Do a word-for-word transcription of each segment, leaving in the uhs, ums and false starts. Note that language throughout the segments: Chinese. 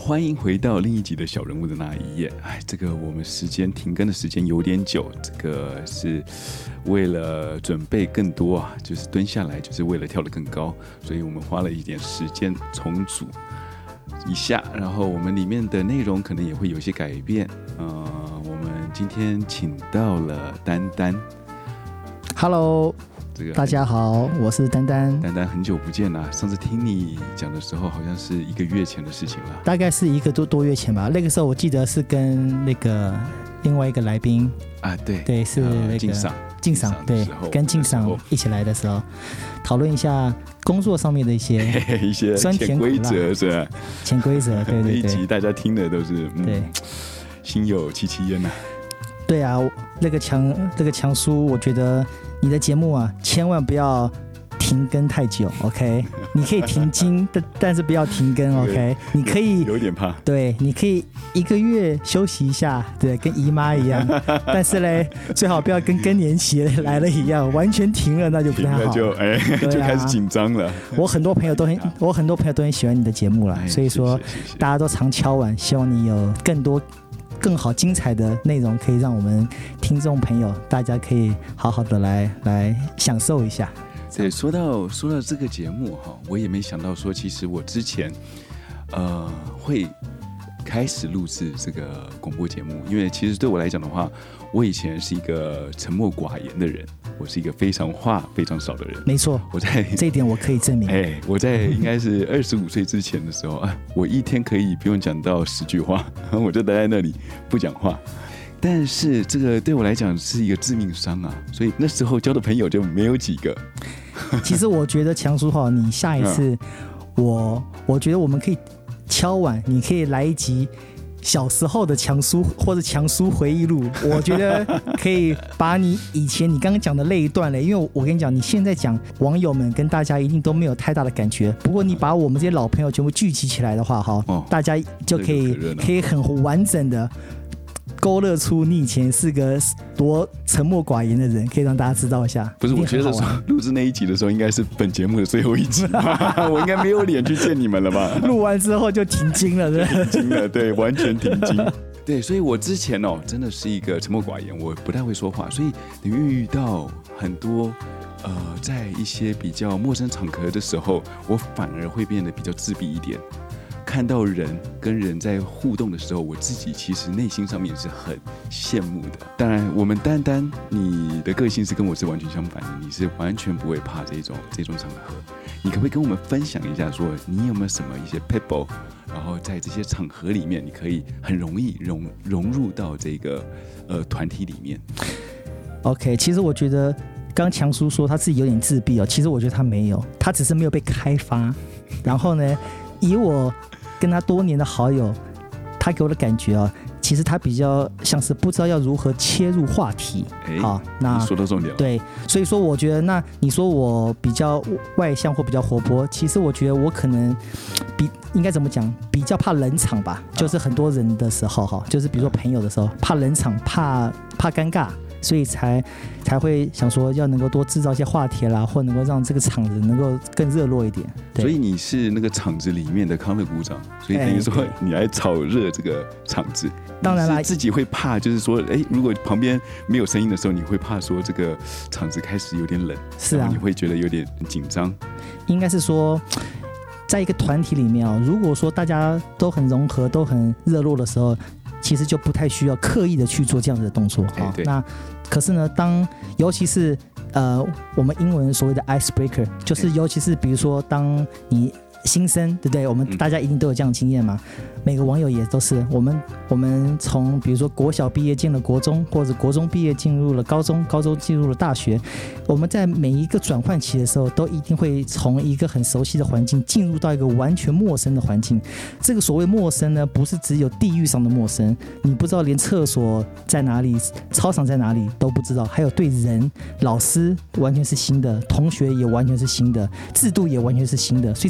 欢迎回到另一集的小人物的那一页。哎，这个我们时间停更的时间有点久，这个是为了准备更多啊，就是蹲下来，就是为了跳得更高，所以我们花了一点时间重组一下，然后我们里面的内容可能也会有一些改变。呃，我们今天请到了丹丹。 Hello。这个、大家好，我是丹丹。 丹丹，很久不见啦！上次听你讲的时候，好像是一个月前的事情了。 大概是一个多多月前吧。那个时候我记得是跟那个另外一个来宾啊，对对，是那个敬赏敬赏，对，跟敬赏一起来的时候，讨论一下工作上面的一些一些潜规则，是吧？ 潜规则，对对对。 那一集大家听的都是嗯，对，心有戚戚焉呐。 对啊，那个强那个强叔，我觉得你的节目啊，千万不要停更太久 ，OK？ 你可以停经，但但是不要停更 ，OK？ 你可以有点怕， 对，你可以一个月休息一下，对，跟姨妈一样。但是嘞，最好不要跟更年期来了一样，完全停了那就不太好， 停了就哎、啊、就开始紧张了。 我很多朋友都很，我很多朋友都很喜欢你的节目啦，所以说大家都常敲碗，希望你有更多。更好精彩的内容可以让我们听众朋友大家可以好好的来来享受一下。 对，说到说到这个节目哈，我也没想到说，其实我之前呃会开始录制这个广播节目，因为其实对我来讲的话，我以前是一个沉默寡言的人，我是一个非常话非常少的人。 没错， 我在这一点我可以证明。 哎，我在应该是二十五岁之前的时候啊，我一天可以不用讲到十句话，我就待在那里不讲话。但是这个对我来讲是一个致命伤啊，所以那时候交的朋友就没有几个。 其实我觉得强叔哈，你下一次我我觉得我们可以敲碗，你可以来一集小时候的强叔或者强叔回忆录，我觉得可以把你以前你刚刚讲的那一段嘞，因为我跟你讲，你现在讲网友们跟大家一定都没有太大的感觉，不过你把我们这些老朋友全部聚集起来的话哈、哦，大家就可以可以很完整的勾勒出你以前是个多沉默寡言的人，可以让大家知道一下。 不是，我觉得录制那一集的时候应该是本节目的最后一集，我应该没有脸去见你们了吧？ 录完之后就停经了，对， 停经了，对，完全停经。对，所以我之前哦，真的是一个沉默寡言，我不太会说话，所以你遇到很多呃，在一些比较陌生场合的时候，我反而会变得比较自闭一点。看到人跟人在互动的时候，我自己其实内心上面是很羡慕的。当然，我们丹丹，你的个性是跟我是完全相反的，你是完全不会怕这种这种场合。你可不可以跟我们分享一下，说你有没有什么一些 people， 然后在这些场合里面，你可以很容易融融入到这个呃团体里面 ？OK， 其实我觉得刚强叔说他自己有点自闭哦，其实我觉得他没有，他只是没有被开发。然后呢，以我跟他多年的好友，他给我的感觉啊，其实他比较像是不知道要如何切入话题。 好，那说到重点了。 对，所以说我觉得，那你说我比较外向或比较活泼，其实我觉得我可能比应该怎么讲，比较怕冷场吧。就是很多人的时候哈，就是比如说朋友的时候，怕冷场，怕怕尴尬。所以才才会想说要能够多制造一些话题啦，或能够让这个场子能够更热络一点。 所以你是那个场子里面的康乐鼓掌，所以等于说你来炒热这个场子。 当然啦， 自己会怕，就是说，哎，如果旁边没有声音的时候，你会怕说这个场子开始有点冷， 是啊， 你会觉得有点紧张。 应该是说，在一个团体里面啊，如果说大家都很融合、都很热络的时候，其实就不太需要刻意的去做这样子的动作。 哎，对。 那可是呢，当尤其是呃，我们英文所谓的 icebreaker， 就是尤其是比如说，当你新生，对不对？我们大家一定都有这样的经验嘛。每个网友也都是，我们我们从比如说国小毕业进了国中，或者国中毕业进入了高中，高中进入了大学。我们在每一个转换期的时候，都一定会从一个很熟悉的环境进入到一个完全陌生的环境。这个所谓陌生呢，不是只有地域上的陌生，你不知道连厕所在哪里、操场在哪里都不知道，还有对人、老师完全是新的，同学也完全是新的，制度也完全是新的。所以在这个情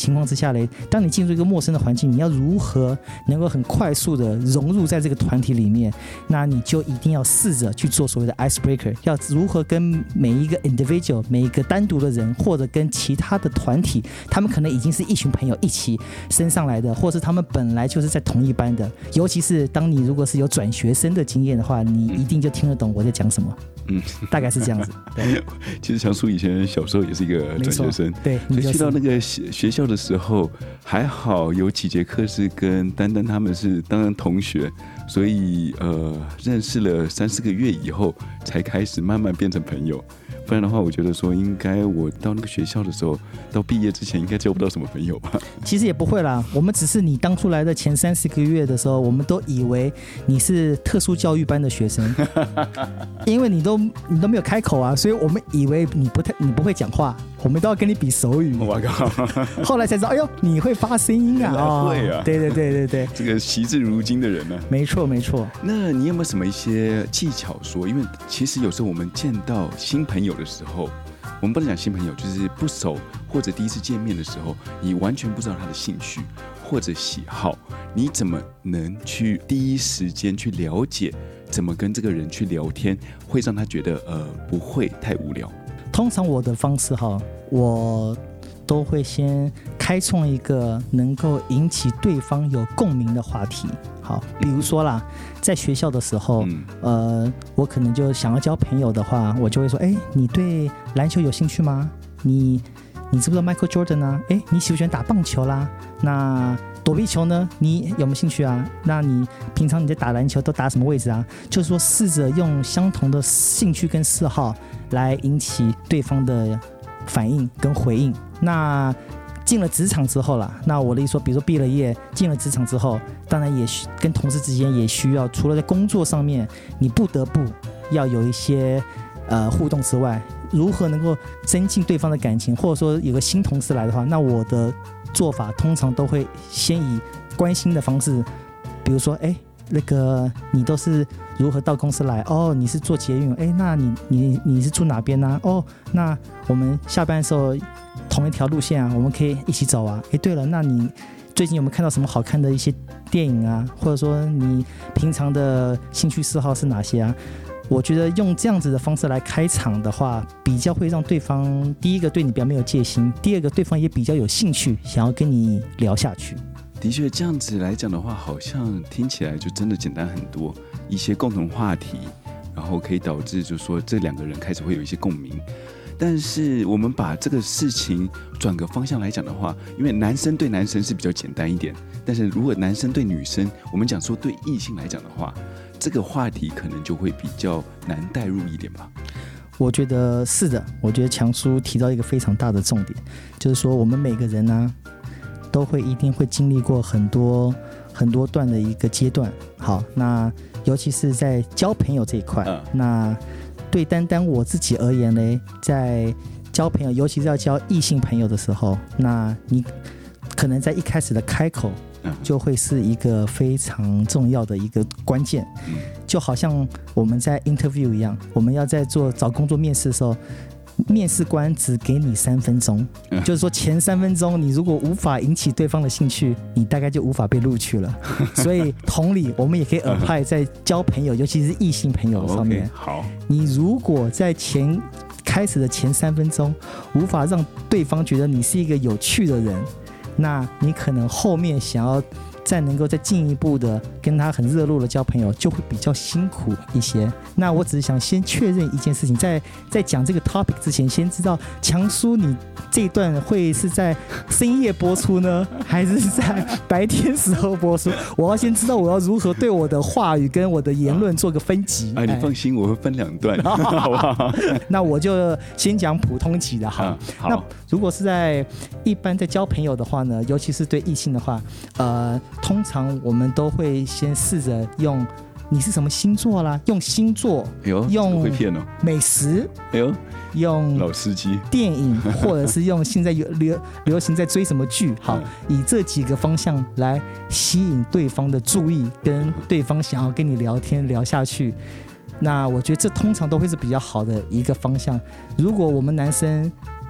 情况之下嘞，当你进入一个陌生的环境，你要如何能够很快速的融入在这个团体里面？那你就一定要试着去做所谓的 icebreaker， 要如何跟每一个 individual， 每一个单独的人，或者跟其他的团体，他们可能已经是一群朋友一起升上来的，或是他们本来就是在同一班的。尤其是当你如果是有转学生的经验的话，你一定就听得懂我在讲什么。嗯，大概是这样子。对， 其实强叔以前小时候也是一个转学生， 对， 所以去到那个学校的时候，还好有几节课是跟丹丹他们是当然同学，所以呃认识了三四个月以后，才开始慢慢变成朋友。不然的话，我觉得说应该我到那个学校的时候，到毕业之前应该交不到什么朋友吧。 其实也不会啦，我们只是你当初来的前三四个月的时候，我们都以为你是特殊教育班的学生，因为你都你都没有开口啊，所以我们以为你不太你不会讲话，我们都要跟你比手语。 我靠！ 后来才知道，哎呦，你会发声音啊！ 哦、会啊！ 对对对对对， 这个惜字如金的人呢、啊？ 没错没错。 那你有没有什么一些技巧说？因为其实有时候我们见到新朋友的时候，我们不能讲新朋友，就是不熟或者第一次见面的时候，你完全不知道他的兴趣或者喜好，你怎么能去第一时间去了解，怎么跟这个人去聊天，会让他觉得呃不会太无聊？ 通常我的方式哈，我都会先开创一个能够引起对方有共鸣的话题。好，比如说啦，在学校的时候，嗯、呃，我可能就想要交朋友的话，我就会说，哎，你对篮球有兴趣吗？你你知不知道 Michael Jordan 啊？哎，你喜不喜欢打棒球啦？那躲避球呢？你有没有兴趣啊？那你平常你在打篮球都打什么位置啊？就是说，试着用相同的兴趣跟嗜好来引起对方的反应跟回应。那进了职场之后啦，那我的意思说，比如说毕了业，进了职场之后，当然也跟同事之间也需要，除了在工作上面，你不得不要有一些呃互动之外，如何能够增进对方的感情，或者说有个新同事来的话，那我的做法通常都会先以关心的方式，比如说，哎，那个你都是如何到公司来？哦，你是坐捷运，哎，那你你你是住哪边呢、啊？哦，那我们下班的时候同一条路线啊，我们可以一起走啊。哎，对了，那你最近有没有看到什么好看的一些电影啊？或者说你平常的兴趣嗜好是哪些啊？我觉得用这样子的方式来开场的话，比较会让对方第一个对你比较没有戒心，第二个对方也比较有兴趣，想要跟你聊下去。 的确，这样子来讲的话，好像听起来就真的简单很多，一些共同话题，然后可以导致就是说这两个人开始会有一些共鸣。但是我们把这个事情转个方向来讲的话，因为男生对男生是比较简单一点，但是如果男生对女生，我们讲说对异性来讲的话，这个话题可能就会比较难带入一点吧。 我觉得是的，我觉得强叔提到一个非常大的重点，就是说我们每个人呢、啊，都会一定会经历过很多很多段的一个阶段。好，那尤其是在交朋友这一块，嗯、那对单单我自己而言呢，在交朋友，尤其是要交异性朋友的时候，那你可能在一开始的开口就会是一个非常重要的一个关键，就好像我们在 interview 一样，我们要在做找工作面试的时候，面试官只给你三分钟，就是说前三分钟你如果无法引起对方的兴趣，你大概就无法被录取了。所以同理，我们也可以 apply 在交朋友，尤其是异性朋友上面。 Okay, 好， 你如果在前开始的前三分钟无法让对方觉得你是一个有趣的人，那你可能后面想要再能够再进一步的跟他很热络的交朋友，就会比较辛苦一些。那我只是想先确认一件事情，在在讲这个 topic 之前，先知道强叔你这一段会是在深夜播出呢，还是在白天时候播出？我要先知道我要如何对我的话语跟我的言论做个分级。 啊，你放心，我会分两段，好不好？ 那我就先讲普通级的好。 嗯、好。 那如果是在一般在交朋友的话呢，尤其是对异性的话，呃。通常我们都会先试着用你是什么星座啦，用星座， 哎呦， 用会骗哦， 美食， 哎呦， 用老司机电影，或者是用现在流流行在追什么剧，好，以这几个方向来吸引对方的注意，跟对方想要跟你聊天聊下去。那我觉得这通常都会是比较好的一个方向。如果我们男生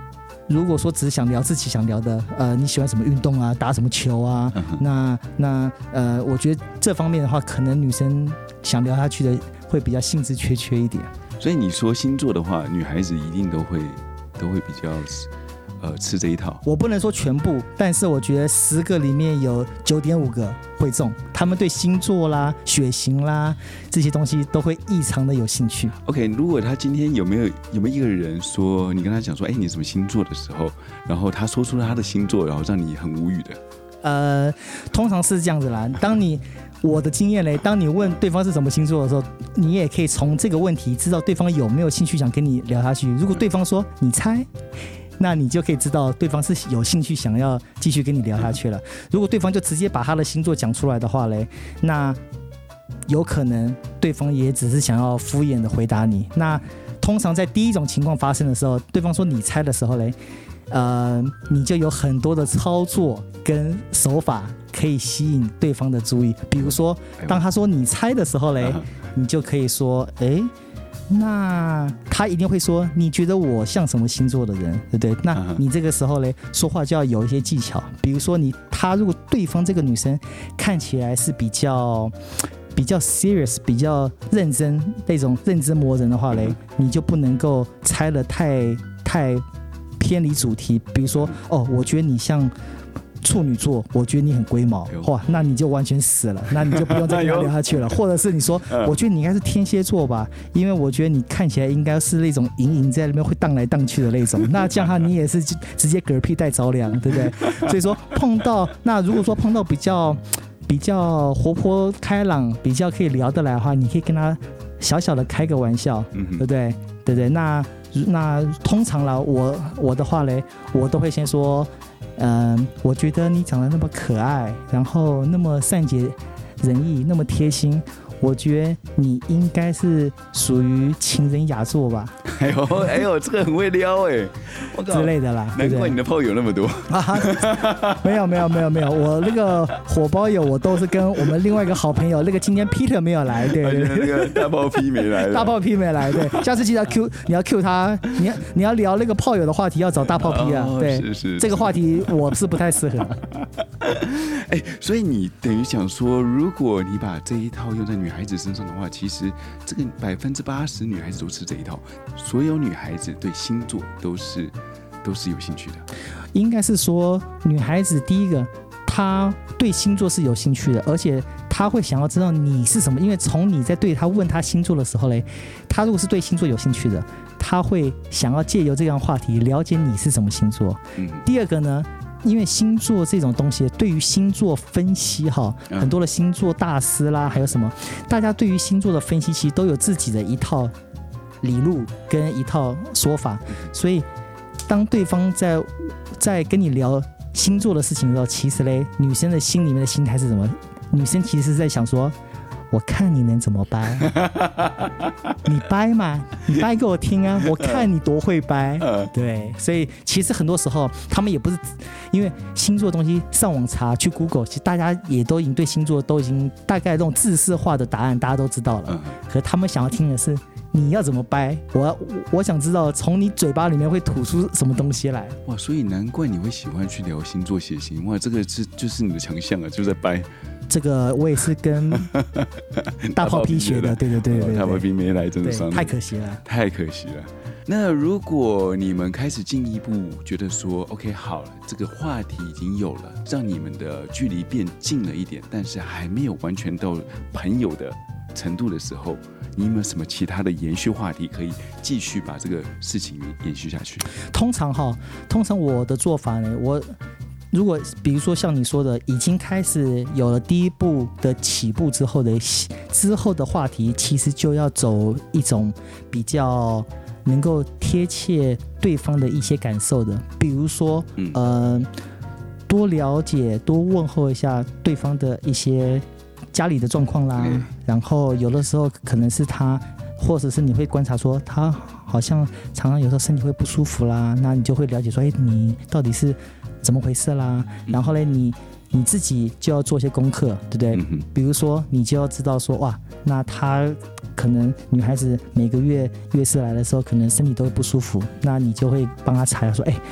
如果说只是想聊自己想聊的，呃，你喜欢什么运动啊，打什么球啊，嗯、那那呃，我觉得这方面的话，可能女生想聊下去的会比较兴致缺缺一点。 所以你说星座的话，女孩子一定都会都会比较呃吃这一套。 我不能说全部，但是我觉得十个里面有九点五个会中，他们对星座啦、血型啦这些东西都会异常的有兴趣。 OK， 如果他今天有没有有没有一个人说你跟他讲说，哎，你什么星座的时候，然后他说出了他的星座，然后让你很无语的？ 呃，通常是这样子啦。当你我的经验嘞，当你问对方是什么星座的时候，你也可以从这个问题知道对方有没有兴趣想跟你聊下去。如果对方说你猜，那你就可以知道对方是有兴趣想要继续跟你聊下去了。如果对方就直接把他的星座讲出来的话嘞，那有可能对方也只是想要敷衍的回答你。那通常在第一种情况发生的时候，对方说你猜的时候嘞，呃，你就有很多的操作跟手法可以吸引对方的注意。比如说，当他说你猜的时候嘞，你就可以说，哎，那他一定会说，你觉得我像什么星座的人，对不对？那你这个时候嘞，说话就要有一些技巧。比如说你，他如果对方这个女生看起来是比较比较 serious、比较认真那种认真魔人的话嘞，你就不能够猜得太太偏离主题。比如说，哦，我觉得你像处女座，我觉得你很龟毛，哇，那你就完全死了，那你就不用再跟他聊下去了。或者是你说，我觉得你应该是天蝎座吧，因为我觉得你看起来应该是那种隐隐在那边会荡来荡去的那种，那这样哈，你也是直接嗝屁带着凉，对不对？所以说碰到那如果说碰到比较比较活泼开朗、比较可以聊得来的话，你可以跟他小小的开个玩笑，对不对？对不对？那那通常啦，我我的话嘞，我都会先说，嗯、呃，我觉得你长得那么可爱，然后那么善解人意，那么贴心，我觉得你应该是属于情人雅座吧。 哎呦哎呦，这个很会撩哎， 之类的啦。 难怪你的炮友那么多啊！没有没有没有没有，我那个火包友我都是跟我们另外一个好朋友，那个今天 Peter 没有来，对对对， 那个大炮 P 没来， 大炮 P 没来，对，下次记得 Q 你要 Q 他，你要你要聊那个炮友的话题，要找大炮 P 啊， 哦、 对， 是 是, 是这个话题我是不太适合。 哎，所以你等于想说，如果你把这一套用在女孩子身上的话，其实这个百分之八十女孩子都吃这一套，所有女孩子对星座都是都是有兴趣的。 应该是说，女孩子第一个，她对星座是有兴趣的，而且她会想要知道你是什么，因为从你在对她问她星座的时候嘞，她如果是对星座有兴趣的，她会想要借由这样话题了解你是什么星座。嗯、第二个呢？因为星座这种东西，对于星座分析哈，很多的星座大师啦，还有什么，大家对于星座的分析其实都有自己的一套理路跟一套说法，所以当对方在在跟你聊星座的事情的时候，其实嘞，女生的心里面的心态是什么？女生其实是在想说，我看你能怎么掰，你掰嘛，你掰给我听啊，我看你多会掰。对，所以其实很多时候他们也不是因为星座的东西上网查去 Google， 其实大家也都已经对星座都已经大概这种自式化的答案大家都知道了，可他们想要听的是你要怎么掰，我我我想知道从你嘴巴里面会吐出什么东西来。 哇，所以难怪你会喜欢去聊星座血型，哇，这个是就是你的强项啊，就在掰。 这个我也是跟大炮 P 学的，对对对 对, 对， 大炮 P 没来，真的伤， 太可惜了， 太可惜了。那如果你们开始进一步觉得说 ，OK， 好了，这个话题已经有了，让你们的距离变近了一点，但是还没有完全到朋友的程度的时候，你有没有什么其他的延续话题可以继续把这个事情延续下去？ 通常哈，通常我的做法呢，我。如果比如说像你说的，已经开始有了第一步的起步之后的之后的话题，其实就要走一种比较能够贴切对方的一些感受的，比如说，嗯、呃，多了解、多问候一下对方的一些家里的状况啦，嗯、然后有的时候可能是他，或者是你会观察说他好像常常有时候身体会不舒服啦，那你就会了解说，哎，你到底是怎么回事啦？然后呢，你你自己就要做些功课，对不对？嗯、比如说，你就要知道说，哇，那她可能女孩子每个月月事来的时候，可能身体都会不舒服，那你就会帮她查说，哎，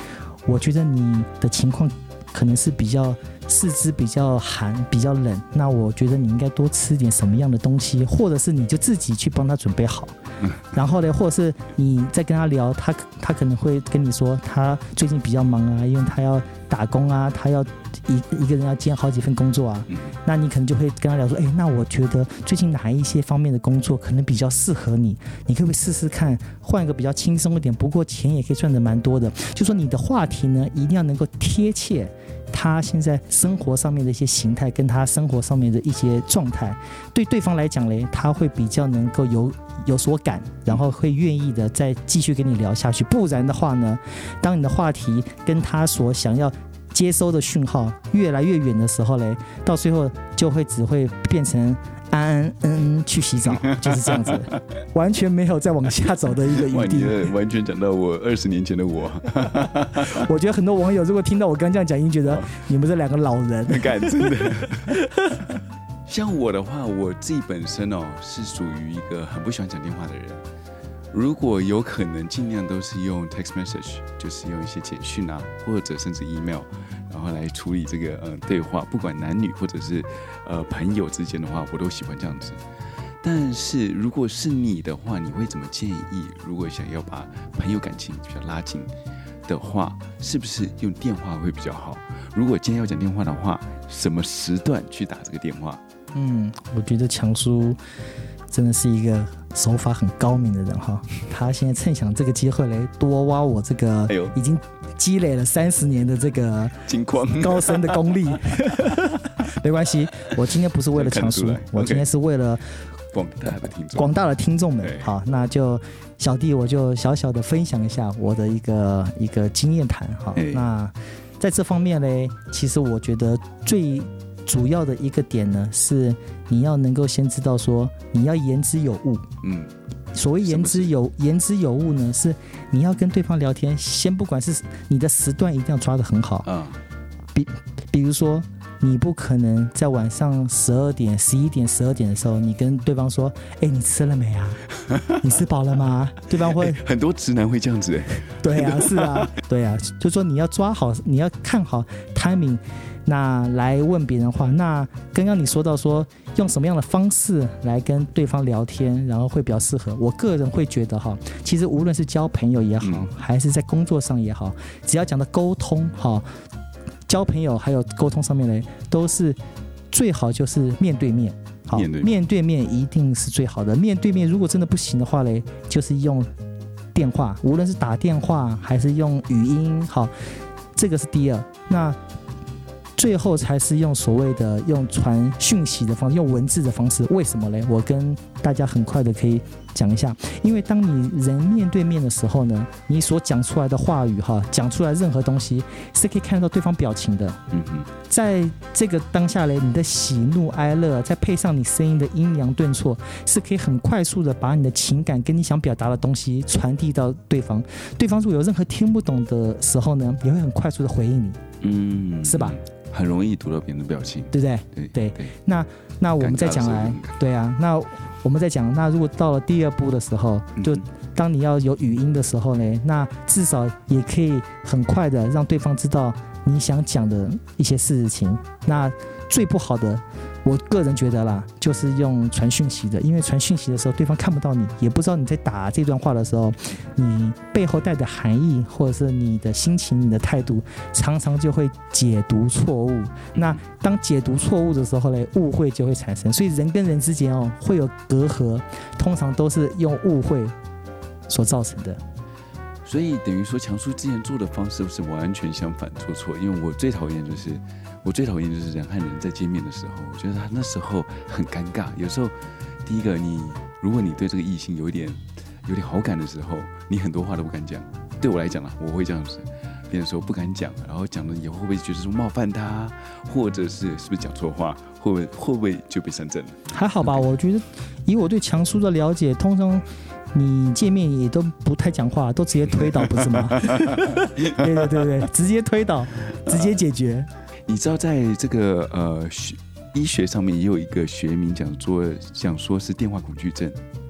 我觉得你的情况可能是比较四肢比较寒比较冷，那我觉得你应该多吃点什么样的东西，或者是你就自己去帮他准备好，然后呢，或者是你在跟他聊，他他可能会跟你说他最近比较忙啊，因为他要打工啊，他要一一个人要兼好几份工作啊，那你可能就会跟他聊说，哎，那我觉得最近哪一些方面的工作可能比较适合你，你可不可以试试看，换一个比较轻松一点，不过钱也可以赚得蛮多的，就说你的话题呢一定要能够贴切他现在生活上面的一些形态，跟他生活上面的一些状态，对对方来讲嘞，他会比较能够有有所感，然后会愿意的再继续跟你聊下去。不然的话呢，当你的话题跟他所想要接收的讯号越来越远的时候嘞，到最后就会只会变成安安嗯去洗澡，就是这样子，完全没有再往下走的一个余地。 完全讲到我二十年前的我。 我觉得很多网友如果听到我刚这样讲，已经觉得你们这两个老人， 干真的。像我的话，我自己本身哦是属于一个很不喜欢讲电话的人。如果有可能，尽量都是用 text message， 就是用一些简讯啊，或者甚至 email， 然后来处理这个呃对话，不管男女或者是呃朋友之间的话，我都喜欢这样子。但是如果是你的话，你会怎么建议？如果想要把朋友感情比较拉近的话，是不是用电话会比较好？如果今天要讲电话的话，什么时段去打这个电话？ 嗯，我觉得强叔真的是一个手法很高明的人哈，他现在趁想这个机会来多挖我这个已经积累了三十年的这个金矿高深的功力。没关系，我今天不是为了强叔，我今天是为了广大的听众， 广大的听众们。好，那就小弟我就小小的分享一下我的一个一个经验谈哈。那在这方面呢，其实我觉得最主要的一个点呢，是你要能够先知道说你要言之有物。嗯，所谓言之有言之有物呢，是你要跟对方聊天，先不管是你的时段一定要抓得很好。嗯，比比如说你不可能在晚上十二点、十一点、十二点的时候，你跟对方说：“哎，你吃了没啊？你吃饱了吗？”对方会、 欸、很多直男会这样子。 对啊，是啊，对啊，就说你要抓好，你要看好 timing。那来问别人话，那刚刚你说到说用什么样的方式来跟对方聊天，然后会比较适合。我个人会觉得哈，其实无论是交朋友也好，嗯、还是在工作上也好，只要讲到沟通哈，交朋友还有沟通上面呢，都是最好就是面对面。好，面对面，面对面一定是最好的。面对面如果真的不行的话嘞，就是用电话，无论是打电话还是用语音，好，这个是第二。那最后才是用所谓的用传讯息的方式，用文字的方式。为什么呢？我跟大家很快的可以讲一下。因为当你人面对面的时候呢，你所讲出来的话语哈，讲出来任何东西是可以看到对方表情的。嗯嗯，在这个当下嘞，你的喜怒哀乐，再配上你声音的阴阳顿挫，是可以很快速的把你的情感跟你想表达的东西传递到对方。对方如果有任何听不懂的时候呢，也会很快速的回应你。嗯，是吧？ 很容易读到别人的表情， 对不对？对 对, 对。那那我们再讲来，对啊，那我们再讲，那如果到了第二步的时候，就当你要有语音的时候呢，那至少也可以很快的让对方知道你想讲的一些事情。那最不好的，我个人觉得啦，就是用传讯息的，因为传讯息的时候，对方看不到你，也不知道你在打这段话的时候，你背后带的含义，或者是你的心情、你的态度，常常就会解读错误。那当解读错误的时候呢，误会就会产生。所以人跟人之间哦，会有隔阂，通常都是用误会所造成的。 所以等于说，强叔之前做的方式是完全相反，做错。因为我最讨厌就是，我最讨厌就是人和人在见面的时候，我觉得他那时候很尴尬。有时候，第一个你，如果你对这个异性有一点有点好感的时候，你很多话都不敢讲。对我来讲啦，我会这样子，别人说不敢讲，然后讲了以后会不会觉得说冒犯他，或者是是不是讲错话，会不会会不会就被删正了？ 还好吧，我觉得以我对强叔的了解，通常你见面也都不太讲话，都直接推倒，不是吗？对对对对，直接推倒，直接解决。 你知道，在这个呃医学上面也有一个学名讲说，讲说是电话恐惧症。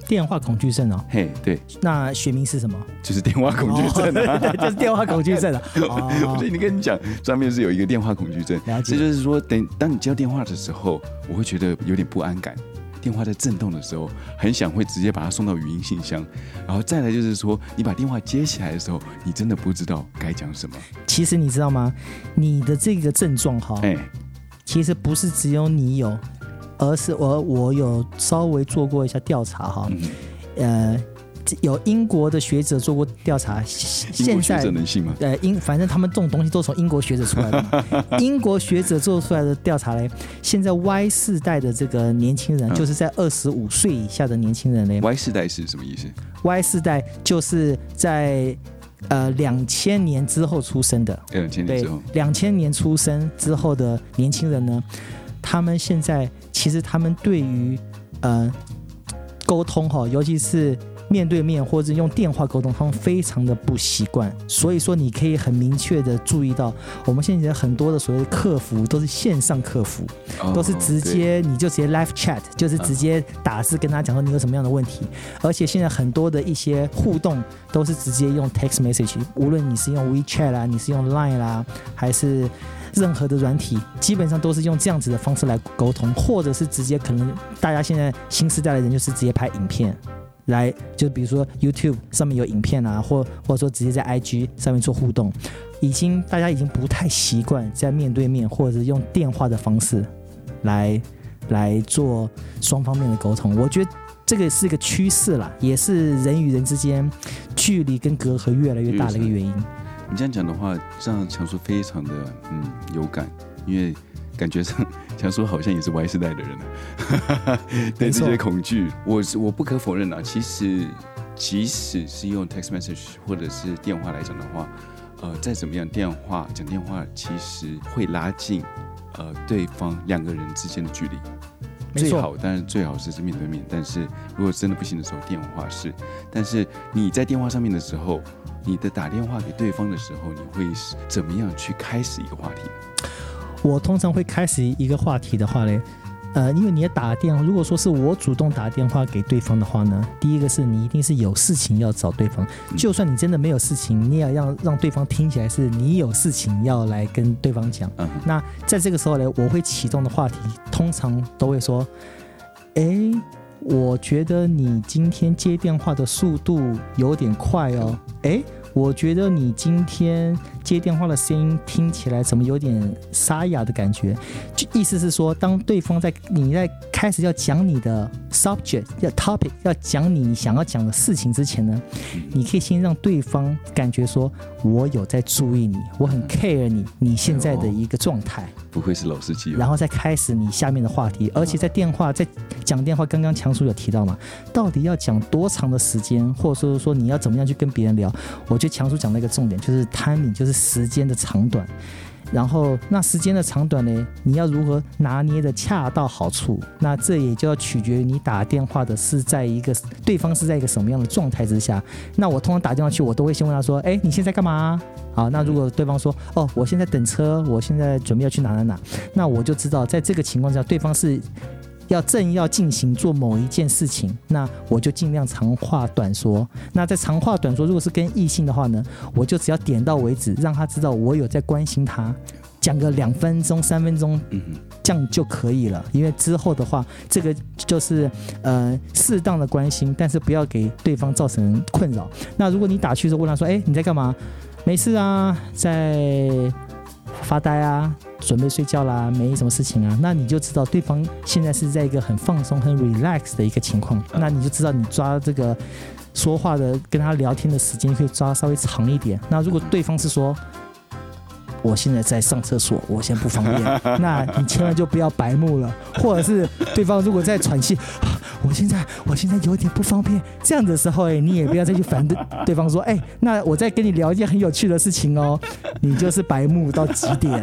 电话恐惧症哦。 嘿，对。 那学名是什么？ 就是电话恐惧症、啊哦、就是电话恐惧症啊。 哦，所以你跟你讲，上面是有一个电话恐惧症。 了解。 这就是说，等当你接到电话的时候，我会觉得有点不安感。电话在震动的时候，很想会直接把它送到语音信箱。然后再来就是说，你把电话接起来的时候，你真的不知道该讲什么。 其实你知道吗？你的这个症状哈，哎，其实不是只有你有，而是我我有稍微做过一下调查哈，嗯、呃。有英国的学者做过调查， 英国学者能信吗？ 呃，英反正他们这种东西都从英国学者出来的嘛。英国学者做出来的调查嘞，现在 Y 世代的这个年轻人，嗯、就是在二十五岁以下的年轻人嘞。 Y 世代是什么意思 ？Y 世代就是在呃两千年之后出生的。 两千年之后， 两千年出生之后的年轻人呢，他们现在其实他们对于呃沟通哈，尤其是面对面或者用电话沟通，他们非常的不习惯，所以说你可以很明确的注意到，我们现在很多的所谓的客服都是线上客服，哦、都是直接你就直接 live chat， 就是直接打字跟他讲说你有什么样的问题，而且现在很多的一些互动都是直接用 text message， 无论你是用 WeChat 啦，你是用 Line 啦，还是任何的软体，基本上都是用这样子的方式来沟通，或者是直接可能大家现在新时代的人就是直接拍影片。来，就比如说 YouTube 上面有影片啊，或或者说直接在 I G 上面做互动，已经大家已经不太习惯在面对面或者是用电话的方式来来做双方面的沟通。我觉得这个是一个趋势啦，也是人与人之间距离跟隔阂越来越大的一个原因。 你这样讲的话，让强叔非常的嗯有感，因为感觉上强叔好像也是 Y 世代的人了，对这些恐惧，我我不可否认啊。其实，即使是用 text message 或者是电话来讲的话，呃，再怎么样，电话讲电话其实会拉近呃对方两个人之间的距离。最好当然最好是是面对面，但是如果真的不行的时候，电话是。但是你在电话上面的时候，你的打电话给对方的时候，你会怎么样去开始一个话题呢？ 我通常会开始一个话题的话呢，呃，因为你要打电话，如果说是我主动打电话给对方的话呢，第一个是你一定是有事情要找对方，就算你真的没有事情，你也要让让对方听起来是你有事情要来跟对方讲。嗯、那在这个时候呢，我会启动的话题通常都会说，哎，我觉得你今天接电话的速度有点快哦，哎。我觉得你今天接电话的声音听起来怎么有点沙哑的感觉？就意思是说，当对方在你在开始要讲你的 subject 要 topic 要讲你想要讲的事情之前呢，你可以先让对方感觉说，我有在注意你，我很 care 你你现在的一个状态。 不愧是老司机哦。 然后再开始你下面的话题，而且在电话在讲电话，刚刚强叔有提到嘛，到底要讲多长的时间，或者说说你要怎么样去跟别人聊？我觉得强叔讲的一个重点就是 timing， 就是时间的长短。然后那时间的长短呢，你要如何拿捏的恰到好处？那这也就要取决于你打电话的是在一个对方是在一个什么样的状态之下。那我通常打电话去，我都会先问他说：“哎，你现在干嘛？”好，那如果对方说：“哦，我现在等车，我现在准备要去哪哪哪。”那我就知道，在这个情况下，对方是要正要进行做某一件事情，那我就尽量长话短说。那在长话短说，如果是跟异性的话呢，我就只要点到为止，让他知道我有在关心他，讲个两分钟、三分钟，这样就可以了。因为之后的话，这个就是呃适当的关心，但是不要给对方造成困扰。那如果你打去的时候问他说：“哎，你在干嘛？”没事啊，在发呆啊，准备睡觉啦，没什么事情啊，那你就知道对方现在是在一个很放松、很 relax 的一个情况，那你就知道你抓这个说话的、跟他聊天的时间可以抓稍微长一点。那如果对方是说，我现在在上厕所，我现在不方便，那你千万就不要白目了，或者是对方如果在喘气，我现在我现在有点不方便，这样的时候，哎，你也不要再去烦对对方说，哎，那我再跟你聊一件很有趣的事情哦，你就是白目到极点。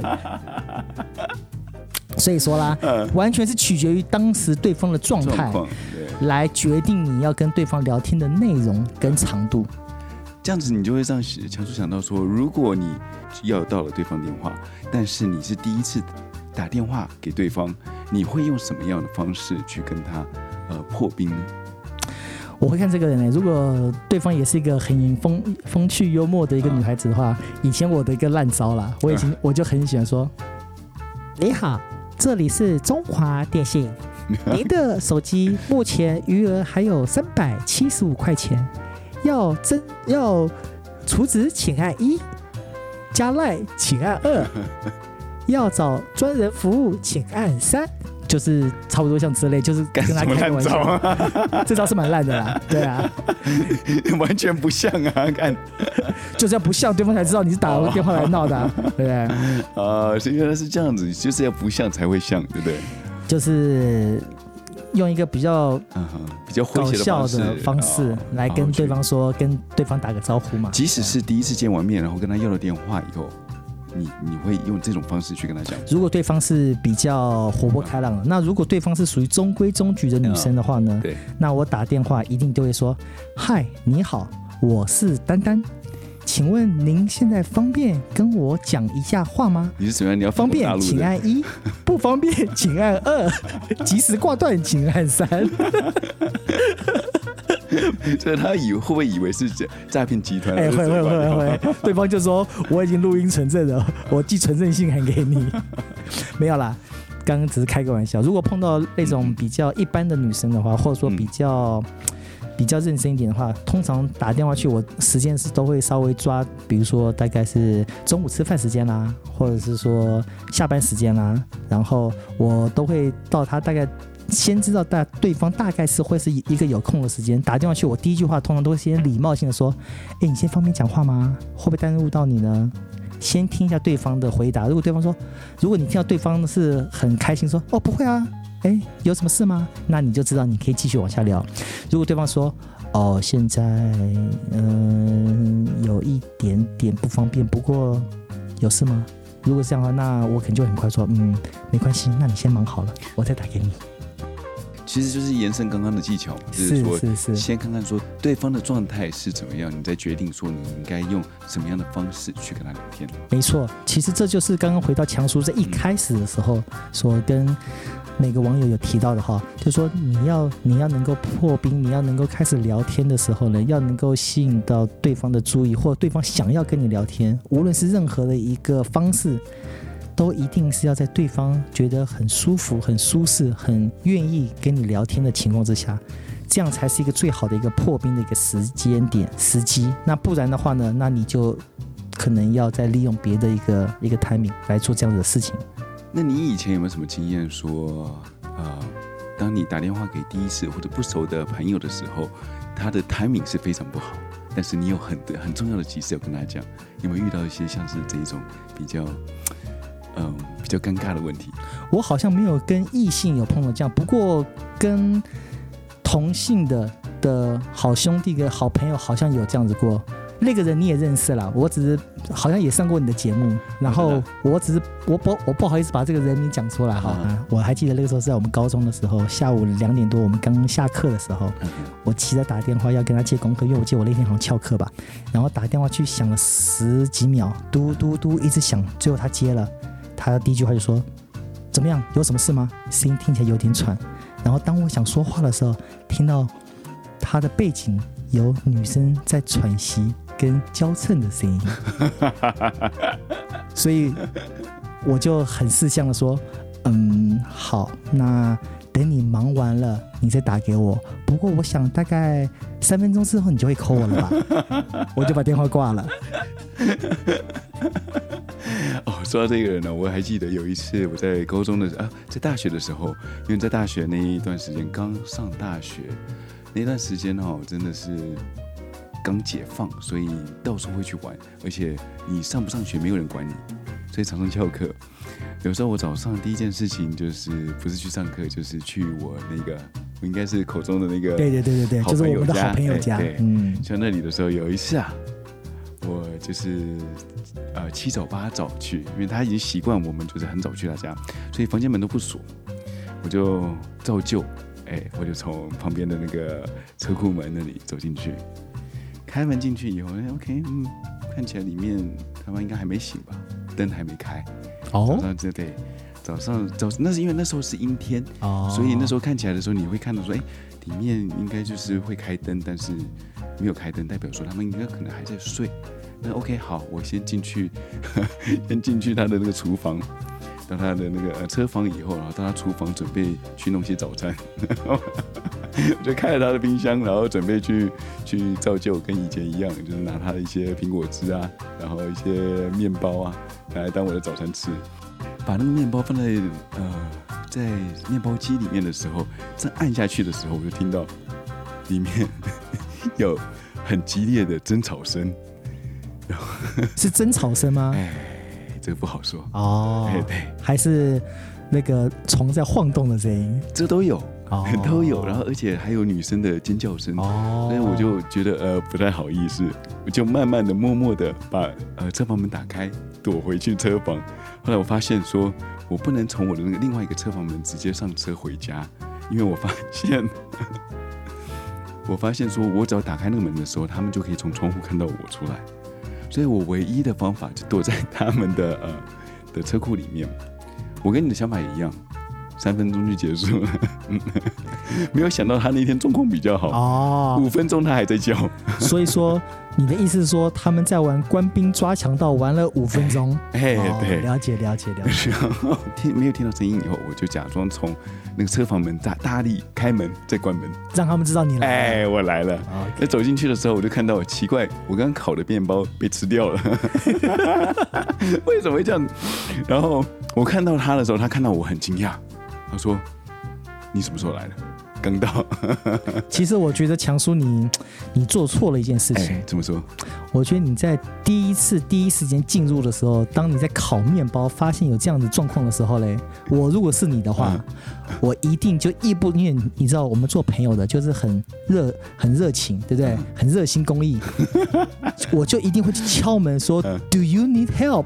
所以说啦，完全是取决于当时对方的状态，来决定你要跟对方聊天的内容跟长度。 这样子你就会让强叔想到说，如果你要到了对方电话，但是你是第一次打电话给对方，你会用什么样的方式去跟他呃破冰呢？ 我会看这个人呢、欸。如果对方也是一个很风风趣幽默的一个女孩子的话，以前我的一个烂招啦，我以前我就很喜欢说：“你好，这里是中华电信，您的手机目前余额还有三百七十五块钱，要增要储值请按一，加赖请按二，要找专人服务请按三。”就是差不多像之类，就是跟他开个玩笑。啊、这招是蛮烂的啦，对啊， 完全不像啊，看， 就是要不像对方才知道你是打了电话来闹的、啊，对不对？ 啊，所以原来是这样子，就是要不像才会像，对不对？ 就是用一个比较比较搞笑的方式来跟对方说，跟对方打个招呼嘛。 即使是第一次见完面，然后跟他要了电话以后。你你会用这种方式去跟他讲？ 如果对方是比较活泼开朗的，那如果对方是属于中规中矩的女生的话呢？对，那我打电话一定都会说：“嗨，你好，我是丹丹，请问您现在方便跟我讲一下话吗？” 你是怎么样？你要方便请按一，不方便请按二，及时挂断请按三。 所以他以会不会以为是诈骗集团？ 哎、欸，会会会会，对方就说我已经录音存证了，我寄存证信函给你。没有啦，刚刚只是开个玩笑。如果碰到那种比较一般的女生的话，或者说比较、嗯、比较认真一点的话，通常打电话去，我时间是都会稍微抓，比如说大概是中午吃饭时间啦，或者是说下班时间啦，然后我都会到他大概。先知道大对方大概是会是一个有空的时间，打电话去，我第一句话通常都会先礼貌性的说：“哎，你先方便讲话吗？会不会耽误到你呢？”先听一下对方的回答。如果对方说，如果你听到对方是很开心说：“哦，不会啊，哎，有什么事吗？”那你就知道你可以继续往下聊。如果对方说：“哦，现在嗯有一点点不方便，不过有事吗？”如果是这样的话，那我可能就很快说：“嗯，没关系，那你先忙好了，我再打给你。” 其实就是延伸刚刚的技巧，就是说先看看说对方的状态是怎么样，你再决定说你应该用什么样的方式去跟他聊天。 没错，其实这就是刚刚回到强叔在一开始的时候说跟每个网友有提到的哈，就是说你要你要能够破冰，你要能够开始聊天的时候呢，要能够吸引到对方的注意，或对方想要跟你聊天，无论是任何的一个方式。都一定是要在对方觉得很舒服、很舒适、很愿意跟你聊天的情况之下，这样才是一个最好的一个破冰的一个时间点、时机。那不然的话呢，那你就可能要再利用别的一个一个 timing 来做这样的事情。 那你以前有没有什么经验说，呃，当你打电话给第一次或者不熟的朋友的时候，他的 timing 是非常不好，但是你有很很重要的急事要跟他讲，有没有遇到一些像是这一种比较？嗯，比较尴尬的问题。 我好像没有跟异性有碰到这样，不过跟同性的的好兄弟跟好朋友好像有这样子过。那个人你也认识啦，我只是好像也上过你的节目，然后我只是我不我不好意思把这个人名讲出来哈、啊。我还记得那个时候是在我们高中的时候，下午两点多我们刚下课的时候，我急着打电话要跟他借功课，因为我记得我那天好像翘课吧，然后打电话去响了十几秒，嘟嘟嘟一直响，最后他接了。他第一句话就说：“怎么样？有什么事吗？”声音听起来有点喘。然后当我想说话的时候，听到他的背景有女生在喘息跟娇嗔的声音，所以我就很识相的说：“嗯，好，那等你忙完了，你再打给我。不过我想大概三分钟之后你就会 call 我了吧？”我就把电话挂了。 哦，说到这个人呢，我还记得有一次我在高中的啊，在大学的时候，因为在大学那一段时间刚上大学，那段时间哦，真的是刚解放，所以到处会去玩，而且你上不上学没有人管你，所以常常翘课。有时候我早上第一件事情就是不是去上课，就是去我那个我应该是口中的那个对对对对对，就是我们的好朋友家。 欸、嗯，去那里的时候有一次啊，我就是呃七早八早去，因为他已经习惯我们就是很早去他家，所以房间门都不锁，我就照旧，哎、欸，我就从旁边的那个车库门那里走进去，开门进去以后 ，OK， 嗯，看起来里面他们应该还没醒吧，灯还没开。哦，早上对对， 早上早那是因为那时候是阴天，哦，所以那时候看起来的时候，你会看到说，哎，里面应该就是会开灯，但是没有开灯，代表说他们应该可能还在睡。那 OK， 好，我先进去，先进去他的那个厨房，到他的那个、呃、车房以后，然后到他厨房准备去弄些早餐，我就开了他的冰箱，然后准备去去照旧，跟以前一样，就是拿他的一些苹果汁啊，然后一些面包啊，来当我的早餐吃。把那个面包放在呃在面包机里面的时候，正按下去的时候，我就听到里面有很激烈的争吵声。 是争吵声吗？ 哎，这个不好说哦。 哎，对， 还是那个床在晃动的声音， 这都有，哦、都有。然后而且还有女生的尖叫声，哦，所以我就觉得呃不太好意思，我就慢慢的、默默的把呃车房门打开，躲回去车房。后来我发现说，我不能从我的那个另外一个车房门直接上车回家，因为我发现。我发现说，我只要打开那个门的时候，他们就可以从窗户看到我出来，所以我唯一的方法就躲在他们的呃的车库里面。我跟你的想法也一样，三分钟就结束了。没有想到他那天状况比较好，哦，五分钟他还在叫。所以说，你的意思是说，他们在玩官兵抓强盗玩了五分钟？ 哎，哦、对， 了解了解了解。 听没有听到声音以后，我就假装从那个车房门大大力开门，再关门， 让他们知道你来了。 哎，我来了。那、okay. 走进去的时候，我就看到奇怪，我刚刚烤的面包被吃掉了，为什么会这样？然后我看到他的时候，他看到我很惊讶，他说：“你什么时候来的？”刚到。 其实我觉得强叔你你做错了一件事情。 哎，怎么说？ 我觉得你在第一次第一时间进入的时候，当你在烤面包发现有这样的状况的时候嘞，我如果是你的话，嗯、我一定就一步，因为你知道我们做朋友的就是很热很热情，对不对？嗯、很热心公益，我就一定会去敲门说、嗯、Do you need help?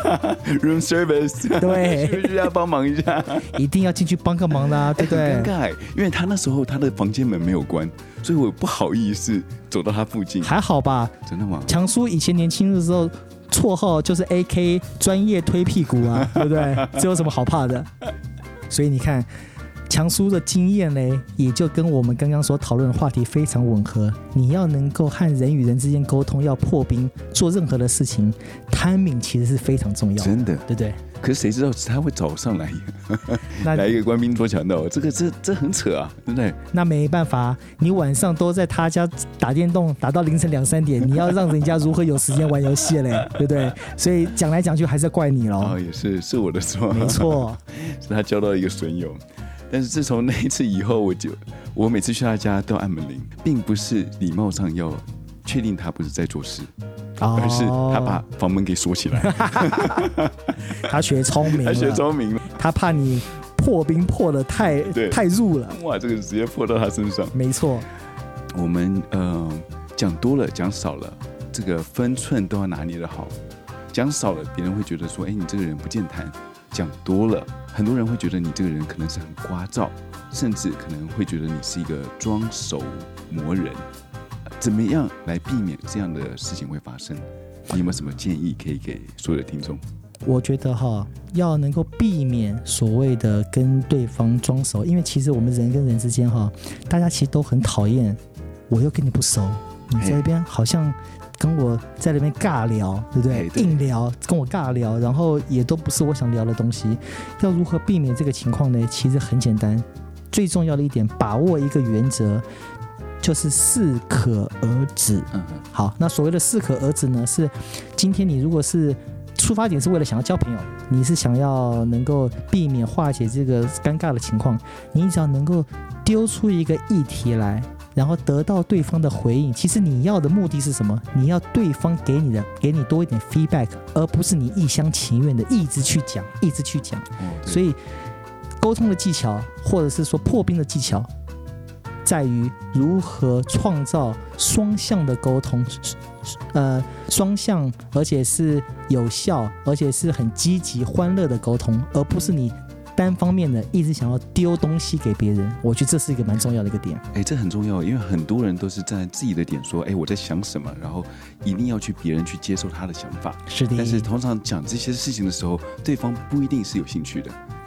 Room service？ 对， 需不需要帮忙一下？ 一定要进去帮个忙的、啊，对不对？ 很尴尬，因为他那时候他的房间门没有关，所以我不好意思走到他附近。 还好吧？ 真的吗？ 强叔以前年轻的时候，绰号就是 A K 专业推屁股啊，对不对？这有什么好怕的？所以你看，强叔的经验呢，也就跟我们刚刚所讨论的话题非常吻合。你要能够和人与人之间沟通，要破冰，做任何的事情 ，timing 其实是非常重要的， 真的， 对不对？ 可是谁知道他会找上来来一个官兵捉强盗，这个这这很扯啊，对不对？ 那没办法，你晚上都在他家打电动，打到凌晨两三点，你要让人家如何有时间玩游戏嘞？对不对？所以讲来讲去还是怪你咯。 哦，也是是我的错， 没错， 是他交到一个损友。但是自从那一次以后，我就我每次去他家都按门铃，并不是礼貌上要确定他不是在做事。哦、而是他把房门给锁起来。 他学聪明了， 他学聪明了， 他怕你破冰破得太太入了， 哇，这个直接破到他身上。 没错， 我们呃讲多了讲少了，这个分寸都要拿捏得好。讲少了，别人会觉得说，哎，你这个人不健谈；讲多了，很多人会觉得你这个人可能是很聒噪，甚至可能会觉得你是一个装熟魔人。怎么样来避免这样的事情会发生？你有没有什么建议可以给所有的听众？ 我觉得哈，要能够避免所谓的跟对方装熟，因为其实我们人跟人之间哈，大家其实都很讨厌，我又跟你不熟，你在那边好像跟我在那边尬聊，对不对？硬聊，跟我尬聊，然后也都不是我想聊的东西。要如何避免这个情况呢？其实很简单，最重要的一点，把握一个原则。就是适可而止。好，那所谓的适可而止呢，是今天你如果是出发点是为了想要交朋友，你是想要能够避免化解这个尴尬的情况，你只要能够丢出一个议题来，然后得到对方的回应。其实你要的目的是什么？你要对方给你的，给你多一点 feedback， 而不是你一厢情愿的一直去讲，一直去讲。所以沟通的技巧，或者是说破冰的技巧，在于如何创造双向的沟通，呃，双向而且是有效，而且是很积极、欢乐的沟通，而不是你单方面的一直想要丢东西给别人。我觉得这是一个蛮重要的一个点。 哎，这很重要，因为很多人都是站在自己的点说，哎，我在想什么，然后一定要去别人去接受他的想法。 是的。 但是通常讲这些事情的时候，对方不一定是有兴趣的。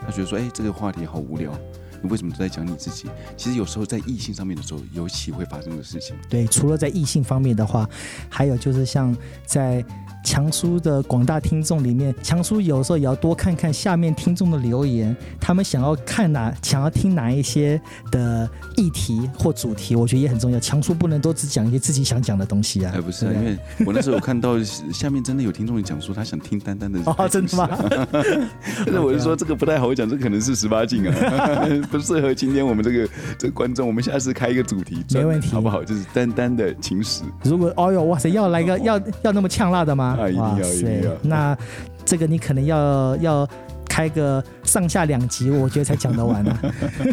他觉得说，哎，这个话题好无聊，你为什么都在讲你自己？其实有时候在异性上面的时候，尤其会发生的事情。 对，除了在异性方面的话，还有就是像在强叔的广大听众里面，强叔有时候也要多看看下面听众的留言，他们想要看哪、想要听哪一些的议题或主题，我觉得也很重要。强叔不能都只讲一些自己想讲的东西啊。 哎，不是啊，因为我那时候有看到下面真的有听众讲说他想听丹丹的哦，真的吗？ 但是我就说这个不太好讲，这可能是十八禁啊，不适合今天我们这个这个观众。我们下次开一个主题， 没问题， 好不好？就是丹丹的情史。 如果哦哟，哇塞，要来个、哦、要要那么呛辣的吗？ 啊，一定要，一定要。 那这个你可能要要开个上下两集，我觉得才讲得完啊。